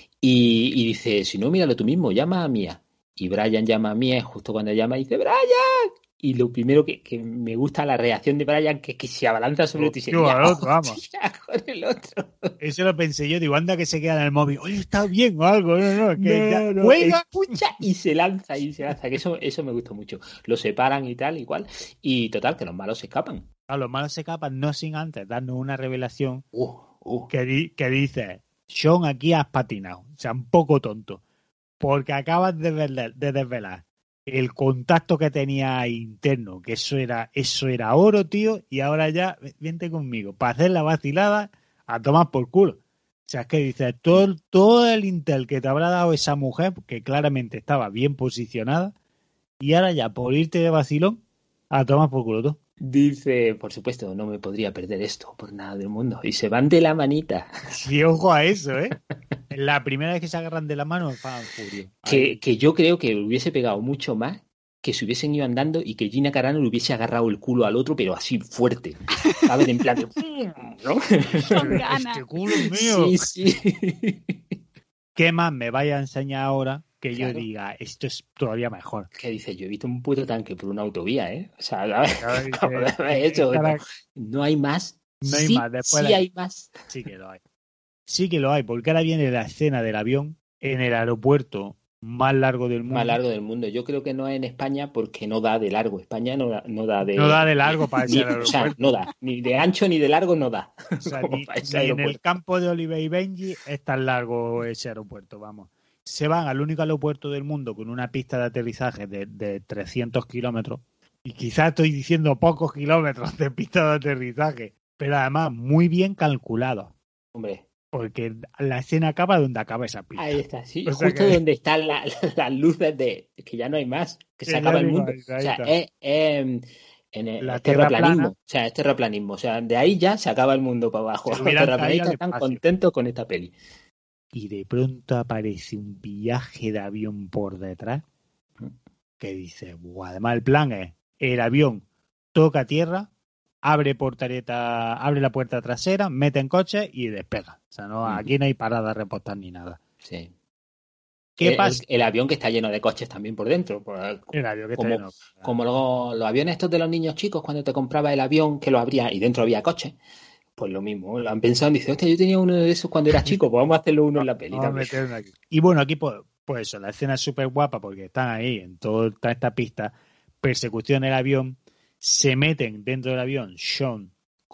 Y, y dice, si no, míralo tú mismo, llama a Mía. Y Brian llama a Mía, y justo cuando llama dice, ¡Brian! Y lo primero que, que me gusta la reacción de Brian, que es que se abalanza sobre ti y se Tío, al otro, vamos. hostia, con el otro. Eso lo pensé yo, digo, anda que se queda en el móvil, oye, está bien o algo, no, no, es que No, ya no, juega. escucha y se lanza y se lanza, que eso, eso me gustó mucho. Lo separan y tal, igual. Y total, que los malos se escapan. A los malos se escapan, no sin antes darnos una revelación Uh, uh. que, di- que dice, Sean, aquí has patinado, o sea, un poco tonto, porque acabas de, verle- de desvelar el contacto que tenía interno, que eso era, eso era oro, tío, y ahora ya, vente conmigo, para hacer la vacilada, a tomar por culo. O sea, es que dice, todo, todo el intel que te habrá dado esa mujer, que claramente estaba bien posicionada, y ahora ya, por irte de vacilón, a tomar por culo tú. Dice, por supuesto, no me podría perder esto por nada del mundo. Y se van de la manita. Sí, ojo a eso, ¿eh? La primera vez que se agarran de la mano, fan furio. Que, que yo creo que hubiese pegado mucho más que se hubiesen ido andando y que Gina Carano le hubiese agarrado el culo al otro, pero así fuerte. ¿Sabes? En plan de... ¿no? Son ganas. Este culo es mío. Sí, sí. ¿Qué más me vaya a enseñar ahora que yo Claro. diga, esto es todavía mejor? Que dice, yo he visto un puto tanque por una autovía, ¿eh? O sea, ¿sabes? Claro, dice, Como de haber hecho, cara- no hay más. No hay Sí, más, después sí la- hay más. Sí que lo hay. Sí que lo hay, porque ahora viene la escena del avión en el aeropuerto más largo del mundo. Más largo del mundo. Yo creo que no es en España porque no da de largo. España no da, no da de... No da de largo para ni- ese o sea, aeropuerto. no da. Ni de ancho ni de largo no da. O sea, Como ni, para ese ni en el aeropuerto. campo de Oliver y Benji es tan largo ese aeropuerto, vamos. Se van al único aeropuerto del mundo con una pista de aterrizaje de, de trescientos kilómetros. Y quizás estoy diciendo pocos kilómetros de pista de aterrizaje, pero además muy bien calculado. Hombre, Porque la escena acaba donde acaba esa pista. ahí está, sí. O sea Justo que- donde están la- las luces de que ya no hay más, que se Sí, acaba ya el digo, mundo. ahí está, O ahí sea, está. es, es, en el, La es tierra terraplanismo. plana. O sea, es terraplanismo. O sea, de ahí ya se acaba el mundo para abajo. Se Los hubieran caído al terraplanistas están espacio. contentos con esta peli. Y de pronto aparece un viaje de avión por detrás que dice, "Buah". Además el plan es, el avión toca tierra, abre portareta, abre la puerta trasera, mete en coche y despega. O sea, no, Ujú. aquí no hay parada a repostar ni nada. Sí. ¿Qué el, pasa? el- el avión que está lleno de coches también por dentro. Por- El avión que está como, lleno. como los, los aviones estos de los niños chicos, cuando te compraba el avión que lo abría y dentro había coches. Pues lo mismo, lo han pensado y dicen, hostia, yo tenía uno de esos cuando era chico, pues vamos a hacerlo uno en la peli Vamos a también. meterlo aquí. Y bueno, aquí pues, pues eso, la escena es súper guapa porque están ahí en toda esta pista, persecución en el avión, se meten dentro del avión Sean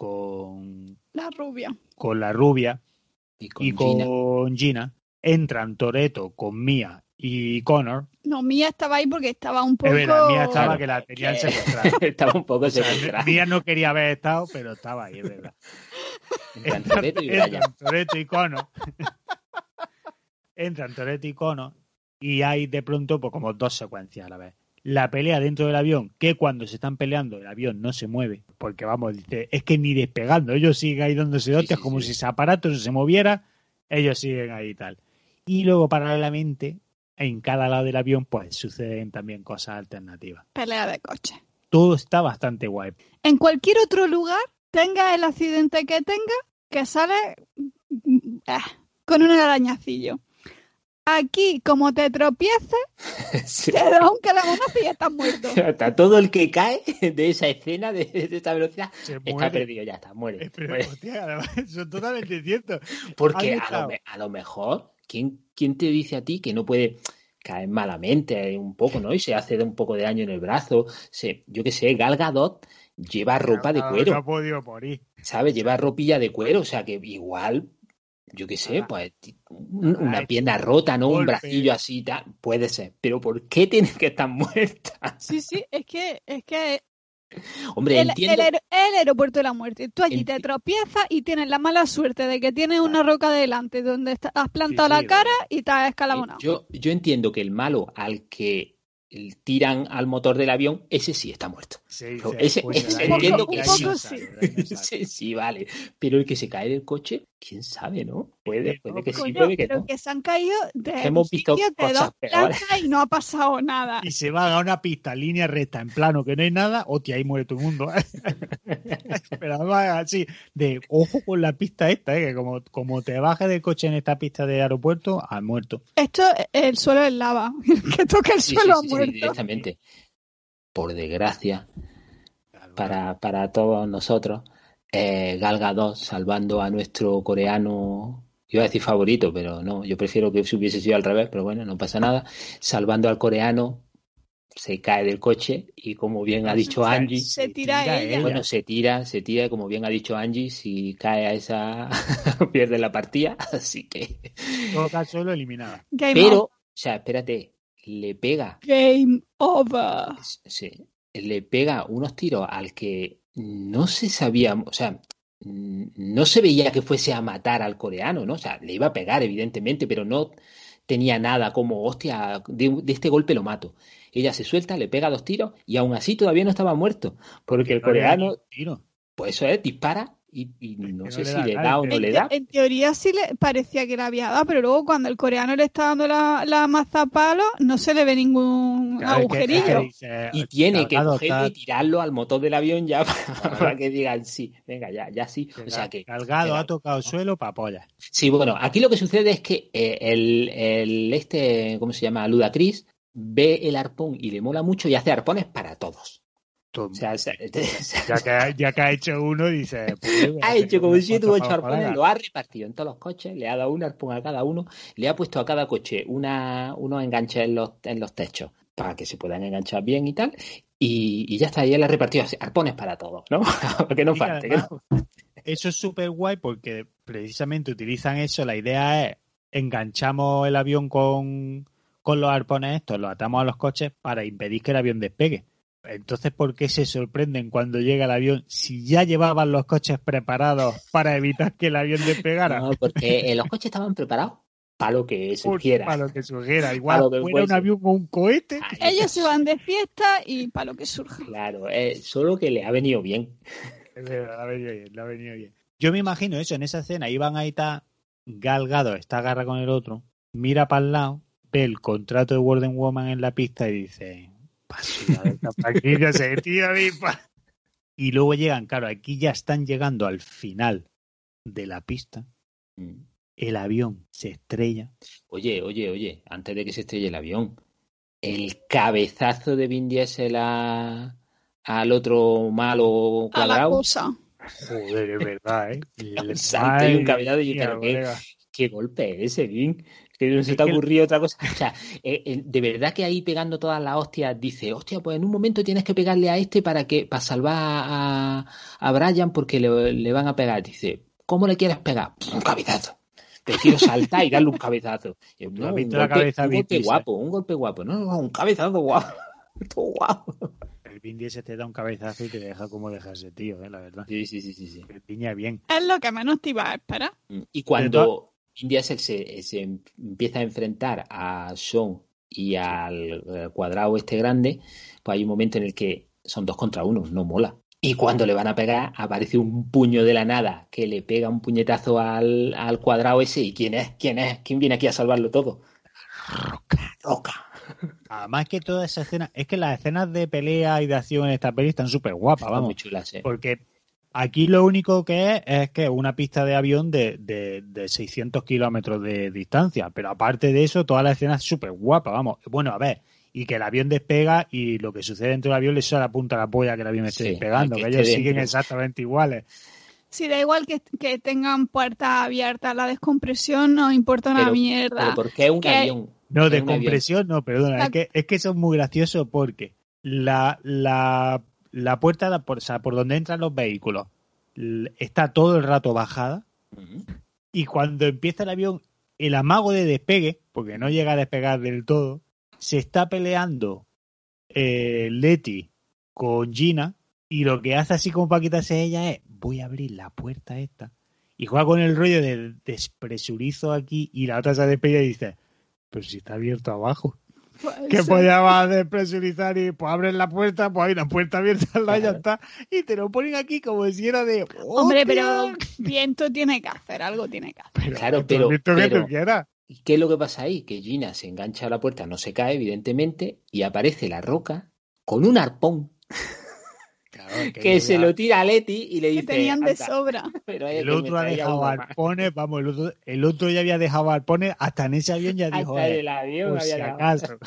con, La rubia. con la rubia Y con y Gina. con Gina, entran Toretto con Mia y Connor. No, Mía estaba ahí porque estaba un poco... Es verdad, Mia estaba Claro, que la tenían que- secuestrada. Estaba un poco O sea, secuestrada. Mia no quería haber estado, pero estaba ahí, es verdad. Entran Toretto y Brian. Entran Toretto y Connor. Entran Toretto y Connor y hay de pronto pues como dos secuencias a la vez. la pelea dentro del avión, que cuando se están peleando el avión no se mueve, porque vamos, dice, es que ni despegando, ellos siguen ahí dándose de hostias sí, sí, como sí. si ese aparato se moviera, ellos siguen ahí y tal. Y luego paralelamente, en cada lado del avión, pues suceden también cosas alternativas. Pelea de coche. Todo está bastante guay. En cualquier otro lugar, tenga el accidente que tenga, que sale mm, ah, con un arañacillo. Aquí, como te tropieces, Sí. te da un calabonazo y ya estás muerto. Hasta todo el que cae de esa escena, de, de esta velocidad, Se está muere. perdido, ya está, muere. Eh, pero, muere. hostia, además, eso es totalmente cierto. Porque ¿Has a notado? lo, me- a lo mejor, ¿quién, ¿quién te dice a ti que no puede caer malamente un poco, ¿no? Y se hace un poco de daño en el brazo. Se, yo qué sé, Gal Gadot lleva ropa de No, cuero, no ha podido morir. ¿sabes? Lleva ropilla de cuero, o sea que igual, yo qué sé, Ah. pues ti- un- Ah, una es pierna un rota, ¿no? Un golpe. bracillo así, tal, puede ser. Pero ¿por qué tiene que estar muerta? Sí, sí, es que es que Hombre, el, entiendo. el, aer- el aeropuerto de la muerte. Tú allí Enti- te tropiezas y tienes la mala suerte de que tienes una roca delante donde está- has plantado Sí, sí, la cara de- y te has Eh, escalabonado. Yo, yo entiendo que el malo al que tiran al motor del avión, ese sí está muerto. Sí, Pero sí, ese, coño, ese de ahí- entiendo Un que de ahí poco no sí. sale, de ahí no sale. sí, sí, vale. Pero el que se cae del coche, quién sabe, ¿no? Puede, Eh, puede no, que sí, Coño, puede que pero no. que se han caído de Que un hemos visto sitio de cosas dos peores. plantas y no ha pasado nada. Y se va a una pista, línea recta, en plano, que no hay nada, hostia, ahí muere todo el mundo. Pero además, así, de ojo con la pista esta, ¿eh? Que como, como te bajes del coche en esta pista de aeropuerto, has muerto. Esto, el suelo es lava. El que toca el Sí, suelo sí, ha sí, sí, muerto. directamente. Por desgracia, para, para todos nosotros, eh, Gal Gadot salvando a nuestro coreano, iba a decir favorito, pero no, yo prefiero que se hubiese sido al revés, pero bueno, no pasa nada, salvando al coreano, se cae del coche y como bien ha dicho Angie, Se tira ella. bueno, se tira, se tira, como bien ha dicho Angie, si cae a esa, pierde la partida, así que... En todo caso, lo eliminaba. Game Pero, over. o sea, espérate, le pega, Game over. sí, le pega unos tiros al que no se sabía, o sea, no se veía que fuese a matar al coreano, ¿no? O sea, le iba a pegar, evidentemente, pero no tenía nada como, hostia, de, de este golpe lo mato. Ella se suelta, le pega dos tiros y aún así todavía no estaba muerto, porque el No le da ni coreano, un tiro. pues eso es, dispara y, y no no sé le si da le nada, da o es no En, le te- da. en teoría sí le parecía que le había dado, pero luego cuando el coreano le está dando la, la mazapalo, no se le ve ningún Claro, es que- es que agujerillo. dice, Y tiene que Gal Gadot cogerlo está- y tirarlo al motor del avión ya para, para que digan sí, venga, ya, ya sí. O sea que. Gal Gadot que ha la- tocado suelo para pollas. Sí, bueno, aquí lo que sucede es que eh, el, el este, ¿cómo se llama? Ludacris ve el arpón y le mola mucho y hace arpones para todos. O sea, o sea, Ya que, ha- ya que ha hecho uno, dice... pues, voy a ha hacer hecho como unos siete u cuantos ocho para arpones, colegas. lo ha repartido en todos los coches, le ha dado un arpón a cada uno, le ha puesto a cada coche una, unos enganches en los, en los techos para que se puedan enganchar bien y tal, y, y ya está, y él ha repartido así, arpones para todos, ¿no? que no Y falte, que además, no. Eso es súper guay porque precisamente utilizan eso. La idea es enganchamos el avión con, con los arpones estos, los atamos a los coches para impedir que el avión despegue. Entonces, ¿por qué se sorprenden cuando llega el avión si ya llevaban los coches preparados para evitar que el avión despegara? No, porque eh, los coches estaban preparados para lo que surgiera. Para lo que surgiera. Igual Para lo que fuera un fuese. avión con un cohete. Ahí Ellos está. se van de fiesta y para lo que surja. Claro, eh, solo que le ha venido bien. Es verdad, le ha venido bien, le ha venido bien. Yo me imagino eso, en esa escena iban ahí está Gal Gadot, está agarra con el otro, mira para el lado, ve el contrato de Wonder Woman en la pista y dice, paso ya de esta franquicia, se tira mi pa-". Y luego llegan, claro, aquí ya están llegando al final de la pista, Mm. el avión se estrella. Oye, oye, oye, antes de que se estrelle el avión, el cabezazo de Vin Diesel a, al otro malo A la cuadrado, cosa. Joder, es verdad, ¿eh? un salto y un cabezazo, y Madre pero mía, qué, colega. qué golpe es ese, Vin, que no se te ha que- ocurrido otra cosa. O sea, eh, eh, de verdad que ahí pegando todas las hostias dice, hostia, pues en un momento tienes que pegarle a este para que para salvar a, a Brian porque le, le van a pegar. Dice, ¿cómo le quieres pegar? Un cabezazo. Te quiero saltar y darle un cabezazo. Y yo, ¿Tú has no, un visto la golpe, cabeza un de golpe Vin Diesel? guapo, un golpe guapo. No, no, un cabezazo guapo. Todo guapo. El Vin Diesel te da un cabezazo y te deja como dejarse, tío, ¿eh? La verdad. Sí, sí, sí, sí, sí. Te piña bien. Es lo que menos te iba a esperar. Y cuando Vin Diesel se, se empieza a enfrentar a Sean y al eh, cuadrado este grande, pues hay un momento en el que son dos contra uno, no mola. Y cuando le van a pegar, aparece un puño de la nada que le pega un puñetazo al, al cuadrado ese. ¿Y quién es? ¿Quién es? ¿Quién viene aquí a salvarlo todo? Roca, Roca. Además que toda esa escena, es que las escenas de pelea y de acción en esta peli están súper guapas, Están vamos. muy chulas, ¿eh? Porque aquí lo único que es es que una pista de avión de, de, de seiscientos kilómetros de distancia, pero aparte de eso, toda la escena es súper guapa, vamos. Bueno, a ver, y que el avión despega y lo que sucede dentro del avión le suena la punta a la polla que el avión esté Sí, despegando, que que esté ellos dentro. siguen exactamente iguales. Sí, da igual que, que tengan puertas abiertas, la descompresión no importa una Pero, mierda. pero ¿por qué un Que- avión? No, Es de un avión. compresión, no, perdona, La- es que, es que eso es muy gracioso porque la, la, la puerta, la, por, o sea, por donde entran los vehículos, l- está todo el rato bajada Ujú. y cuando empieza el avión, el amago de despegue, porque no llega a despegar del todo, se está peleando eh, Letty con Gina y lo que hace así como para quitarse ella es, voy a abrir la puerta esta y juega con el rollo de despresurizo aquí y la otra se despega y dice, pero si está abierto abajo. pues, Que eso- podía vas a despresurizar y pues abres la puerta, pues hay una puerta abierta al lado y ya Claro. está. Y te lo ponen aquí como si era de. Hombre, ¡hostia! pero viento tiene que hacer, algo tiene que hacer. Pero, Claro, tú has pero- visto que pero- tú quieras. ¿Y qué es lo que pasa ahí? Que Gina se engancha a la puerta, no se cae, evidentemente, y aparece la Roca con un arpón Claro, que se ya- lo tira a Leti y le Que dice... tenían de "Anda". sobra. Pero es El que me otro ha traía dejado uno más. arpones, vamos, el otro, el otro ya había dejado arpones, hasta en ese avión ya dijo, Hasta en eh, el avión por había si dejado. acaso.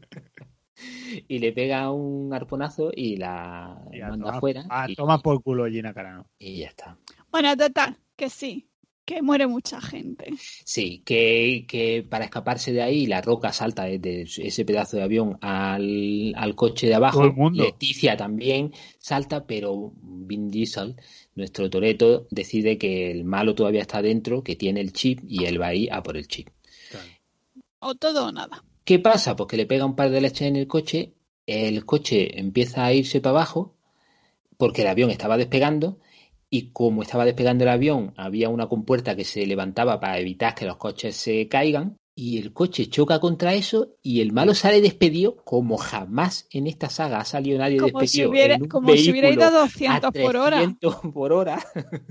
Y le pega un arponazo y la Y a manda tomar- afuera a y, tomar por culo Gina Carano. y ya está. Bueno, total, que sí, que muere mucha gente. Sí, que, que para escaparse de ahí la Roca salta desde ese pedazo de avión al, al coche de abajo. Todo el mundo. Leticia también salta, pero Vin Diesel, nuestro Toretto, decide que el malo todavía está dentro, que tiene el chip y él va ahí a por el chip. Claro. O todo o nada. ¿Qué pasa? Pues que le pega un par de leches en el coche, el coche empieza a irse para abajo porque el avión estaba despegando y como estaba despegando el avión había una compuerta que se levantaba para evitar que los coches se caigan y el coche choca contra eso y el malo sale despedido como jamás en esta saga ha salido nadie Como si despedido hubiera, en un como si hubiera ido a vehículo doscientos a por hora. trescientos por hora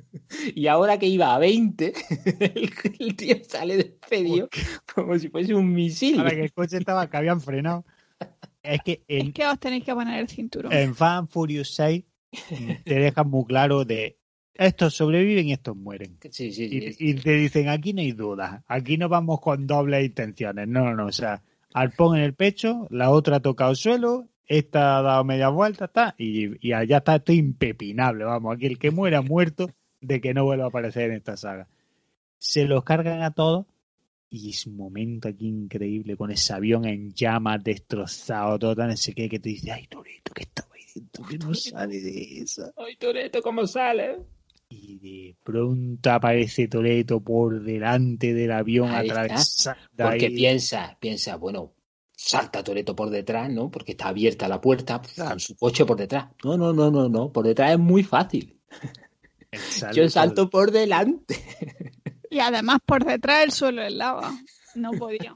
y ahora que iba a veinte el, el tío sale despedido como si fuese un misil. Ahora que el coche estaba, que habían frenado. Es que en, Es que os tenéis que poner el cinturón. en Fan Furious seis te dejan muy claro de estos sobreviven y estos mueren. Sí, sí, sí. Y, y te dicen, aquí no hay dudas, aquí no vamos con dobles intenciones. No, no, no, o sea, arpón en el pecho, la otra ha tocado suelo, esta ha dado media vuelta, está, y, y allá está, esto impepinable, vamos, aquí el que muera ha muerto de que no vuelva a aparecer en esta saga. Se los cargan a todos y es un momento aquí increíble con ese avión en llamas, destrozado, todo tan ese que, que te dice, ay, Toretto, que estaba ahí dentro, que no sale de eso. Ay, Toretto, ¿cómo sale? Y de pronto aparece Toretto por delante del avión Ahí está. atravesando Porque ahí. piensa, piensa, bueno, salta Toretto por detrás, ¿no? Porque está abierta la puerta, Claro. con su coche por detrás. No, no, no, no, no, por detrás es muy fácil. El salto. Yo salto por delante. Y además por detrás el suelo es lava. No podía.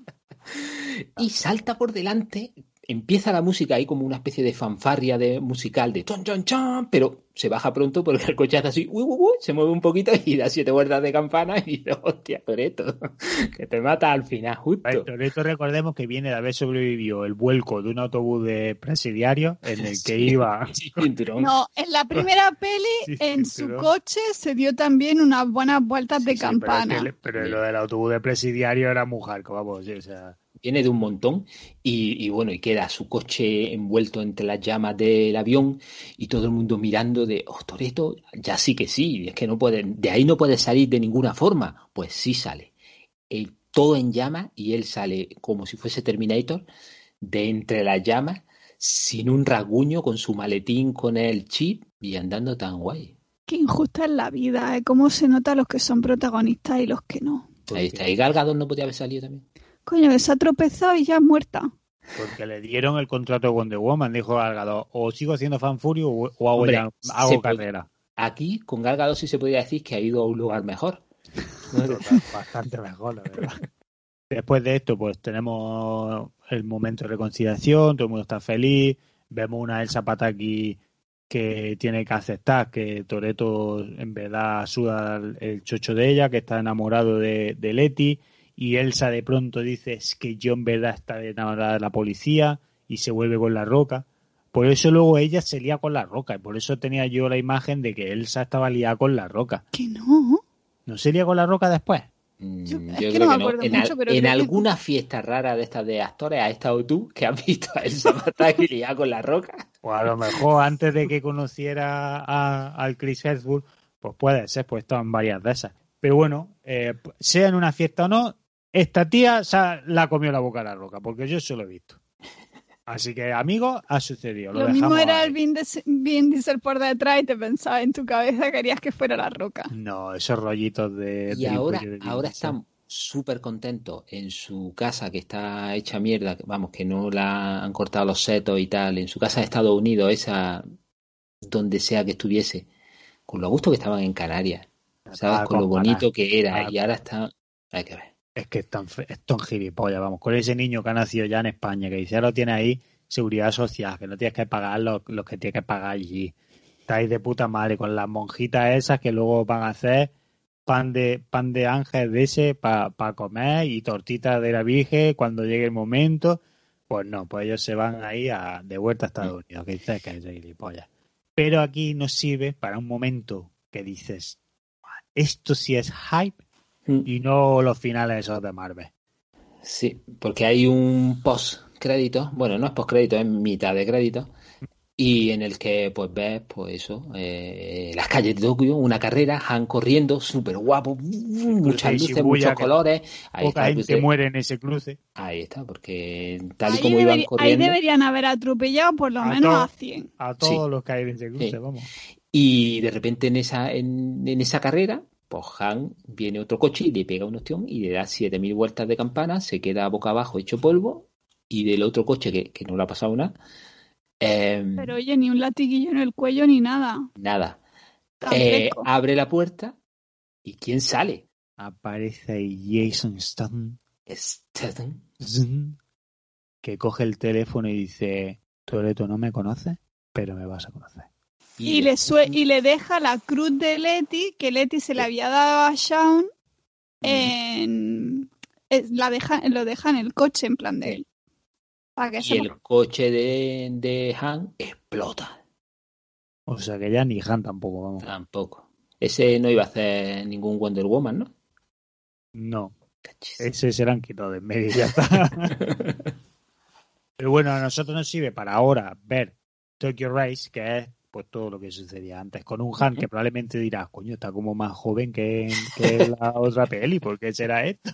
Y salta por delante, empieza la música ahí como una especie de fanfarria de musical de chon, chon, chon, pero se baja pronto porque el coche hace así, uy, uy, uy, se mueve un poquito y da siete vueltas de campana y dice, hostia, Toretto, que te mata al final, justo. Ay, Toretto, recordemos que viene de haber sobrevivido el vuelco de un autobús de presidiario en el que Sí, iba. sí, cinturón. No, en la primera peli, Sí, en cinturón. su coche se dio también unas buenas vueltas de Sí, sí, pero es campana. que le- pero, lo del autobús de presidiario era mujer, vamos, sí, o sea. Viene de un montón y, y bueno, y queda su coche envuelto entre las llamas del avión y todo el mundo mirando de, oh, Toretto, ya sí que sí, es que no puede, de ahí no puede salir de ninguna forma. Pues sí sale. El, todo en llamas y él sale como si fuese Terminator de entre las llamas sin un rasguño, con su maletín, con el chip y andando tan guay. Qué injusta es la vida, ¿eh? Cómo se nota los que son protagonistas y los que no. Ahí está. Y Gal Gadot no podía haber salido también. Coño, que se ha tropezado y ya es muerta. Porque le dieron el contrato de Wonder Woman, dijo Galgado, o sigo haciendo Fan Fury o, o hago, Hombre, ya, se hago puede. carrera. Aquí, con Gal Gadot sí se podría decir que ha ido a un lugar mejor. Bastante mejor, la verdad. Después de esto, pues tenemos el momento de reconciliación, todo el mundo está feliz, vemos una Elsa Pataky que tiene que aceptar que Toretto en verdad suda el chocho de ella, que está enamorado de, de Letty, y Elsa de pronto dice es que yo en verdad está enamorada de la policía y se vuelve con la Roca. Por eso luego ella se lía con la Roca, y por eso tenía yo la imagen de que Elsa estaba liada con la Roca. Que no. ¿No se lía con la Roca después? Mm, Yo- Yo, es que creo no me que no. acuerdo En, mucho, al- pero en creo que- alguna fiesta rara de estas de actores has estado tú que has visto a Elsa Pataky liada con la Roca. O a lo mejor antes de que conociera a- al Chris Hemsworth, pues puede ser, pues estaban varias de esas. Pero bueno, eh, sea en una fiesta o no, esta tía se ha- la comió la boca a la Roca, porque yo eso lo he visto. Así que, amigos, ha sucedido. Lo, Lo mismo dejamos era ahí. el Vin, Dis- Vin Diesel por detrás y te pensaba en tu cabeza, querías que fuera la Roca. No, esos rollitos de... Y del ahora, cuello de Vin ahora Diesel. están súper contentos en su casa que está hecha mierda, que- vamos, que no la han cortado los setos y tal, en su casa de Estados Unidos, esa, donde sea que estuviese, con lo gusto que estaban en Canarias, ¿sabes? Ah, Con lo comparar. bonito que era, Ah. y ahora está, hay que ver. Es que están, fe- están gilipollas, vamos. Con ese niño que ha nacido ya en España, que dice, ahora tiene ahí seguridad social, que no tienes que pagar los, los que tienes que pagar allí. Estáis de puta madre con las monjitas esas que luego van a hacer pan de pan de ángel de ese para pa comer y tortitas de la Virgen cuando llegue el momento. Pues no, pues ellos se van ahí a, de vuelta a Estados Unidos, que dices que es gilipollas. Pero aquí nos sirve para un momento que dices, esto sí es hype Mm. y no los finales esos de Marvel. Sí, porque hay un post crédito, bueno, no es post crédito, es mitad de crédito, y en el que pues ves, pues eso, eh, las calles de Tokio, una carrera, Han corriendo, súper guapo, muchas de luces, Shibuya, muchos que colores, ahí Poca está, el gente cruce. muere en ese cruce. Ahí está, porque tal y Ahí, como iban deberi- ahí corriendo, deberían haber atropellado por lo A menos todo- a cien. A todos Sí. los que hay en ese cruce, Sí. vamos. y de repente en esa, en, en esa carrera, pues Han viene otro coche y le pega un ostión y le da siete mil vueltas de campana, se queda boca abajo hecho polvo, y del otro coche que, que no le ha pasado nada, eh, Pero oye, ni un latiguillo en el cuello ni nada. nada. Tan Eh, fresco. abre la puerta y ¿quién sale? Aparece ahí Jason Statham, Statham. zun, que coge el teléfono y dice, Toretto, no me conoces, pero me vas a conocer. Y le, sue- y le deja la cruz de Letty, que Letty se le había dado a Shaun, en, eh, la deja, lo deja en el coche, en plan de él. Para que Y sepa. el coche de, de Han explota. O sea que ya ni Han tampoco, vamos. Tampoco. Ese no iba a hacer ningún Wonder Woman, ¿no? No, Cachis. ese se lo han quitado de en medio y ya está. Pero bueno, a nosotros nos sirve para ahora ver Tokyo Race, que es pues todo lo que sucedía antes, con un Han que probablemente dirá, coño, está como más joven que, que la otra peli, ¿por qué será esto?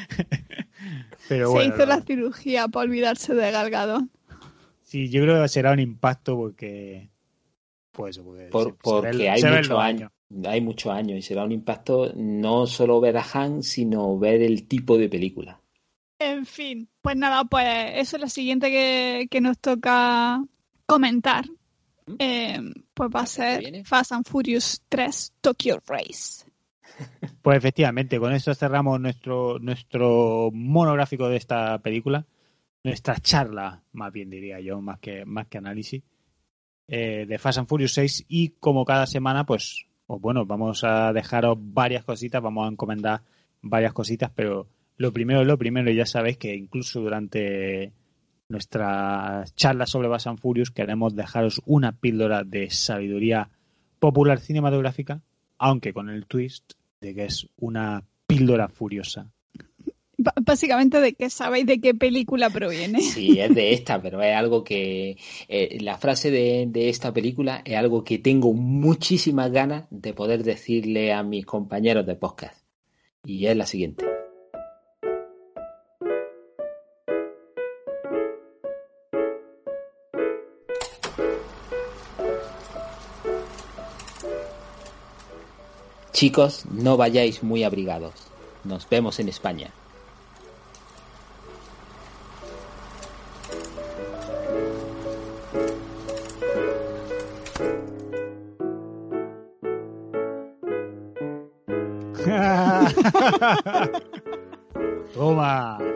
Pero Se bueno, hizo no. la cirugía para olvidarse de Gal Gadot. Sí, yo creo que será un impacto porque pues eso, porque, Por- se- se porque ven- hay se ven muchos los años. Hay muchos años y será un impacto no solo ver a Han, sino ver el tipo de película. En fin, pues nada, pues eso es lo siguiente que, que nos toca comentar. Eh, pues va a ¿La que ser viene? Fast and Furious tres Tokyo Race. Pues efectivamente, con esto cerramos nuestro nuestro monográfico de esta película, nuestra charla, más bien diría yo, más que más que análisis, eh, de Fast and Furious seis, y como cada semana, pues, pues bueno, vamos a dejaros varias cositas, vamos a encomendar varias cositas, pero lo primero es lo primero, y ya sabéis que incluso durante nuestras charlas sobre Fast and Furious queremos dejaros una píldora de sabiduría popular cinematográfica, aunque con el twist de que es una píldora furiosa. B- básicamente de que sabéis de qué película proviene. Sí, es de esta, pero es algo que... eh, la frase de, de esta película es algo que tengo muchísimas ganas de poder decirle a mis compañeros de podcast. Y es la siguiente. Chicos, no vayáis muy abrigados. Nos vemos en España. Toma.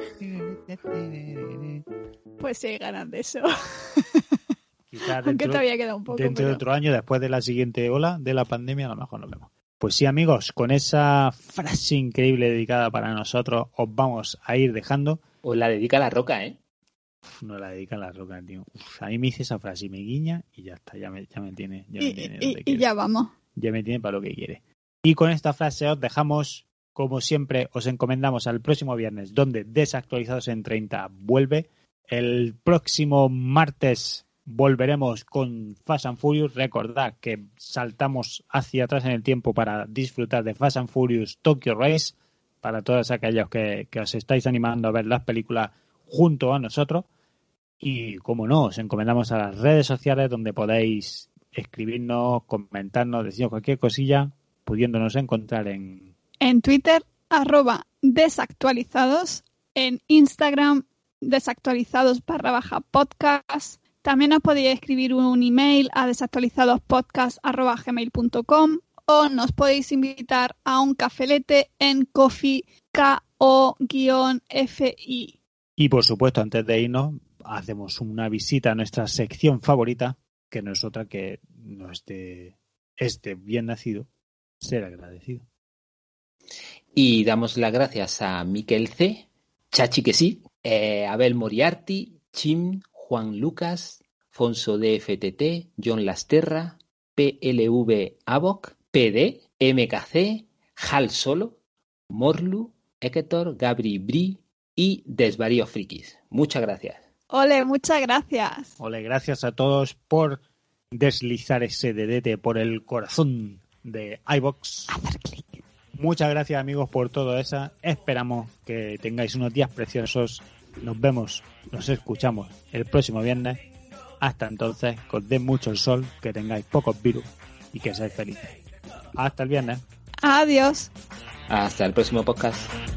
Pues sí, ganas de eso. Quizás Aunque dentro, todavía queda un poco. dentro de pero... otro año, después de la siguiente ola de la pandemia, a lo mejor nos vemos. Pues sí, amigos, con esa frase increíble dedicada para nosotros, os vamos a ir dejando. Os la dedica La Roca, ¿eh? Uf, no la dedica La Roca, tío. Uf, a mí me dice esa frase y me guiña y ya está, ya me, ya me tiene. Ya, me Y, tiene y- donde y quiere. ya vamos. Ya me tiene para lo que quiere. Y con esta frase os dejamos, como siempre, os encomendamos al próximo viernes, donde Desactualizados en treinta vuelve. El próximo martes volveremos con Fast and Furious. Recordad que saltamos hacia atrás en el tiempo para disfrutar de Fast and Furious Tokyo Race, para todos aquellos que, que os estáis animando a ver las películas junto a nosotros. Y como no, os encomendamos a las redes sociales donde podéis escribirnos, comentarnos, decirnos cualquier cosilla, pudiéndonos encontrar en... En Twitter, arroba desactualizados. En Instagram, desactualizados barra baja podcast. También os podéis escribir un email a desactualizadospodcast arroba gmail punto com o nos podéis invitar a un cafelete en Coffee K O F I. Y por supuesto, antes de irnos, hacemos una visita a nuestra sección favorita, que no es otra que nuestro este bien nacido ser agradecido. Y damos las gracias a Miquel C, Chachi que sí, eh, Abel Moriarty, Chim, Juan Lucas, Fonso de F T T, John Lasterra, P L V Avoc, P D, M K C, Hal Solo, Morlu, Héctor, Gabri Bri y Desvaríos Frikis. Muchas gracias. Ole, muchas gracias. Ole, gracias a todos por deslizar ese dedete por el corazón de iVoox. Hacer clic. Muchas gracias, amigos, por todo eso. Esperamos que tengáis unos días preciosos. Nos vemos, nos escuchamos el próximo viernes. Hasta entonces, que os dé mucho el sol, que tengáis pocos virus y que seáis felices. Hasta el viernes. Adiós. Hasta el próximo podcast.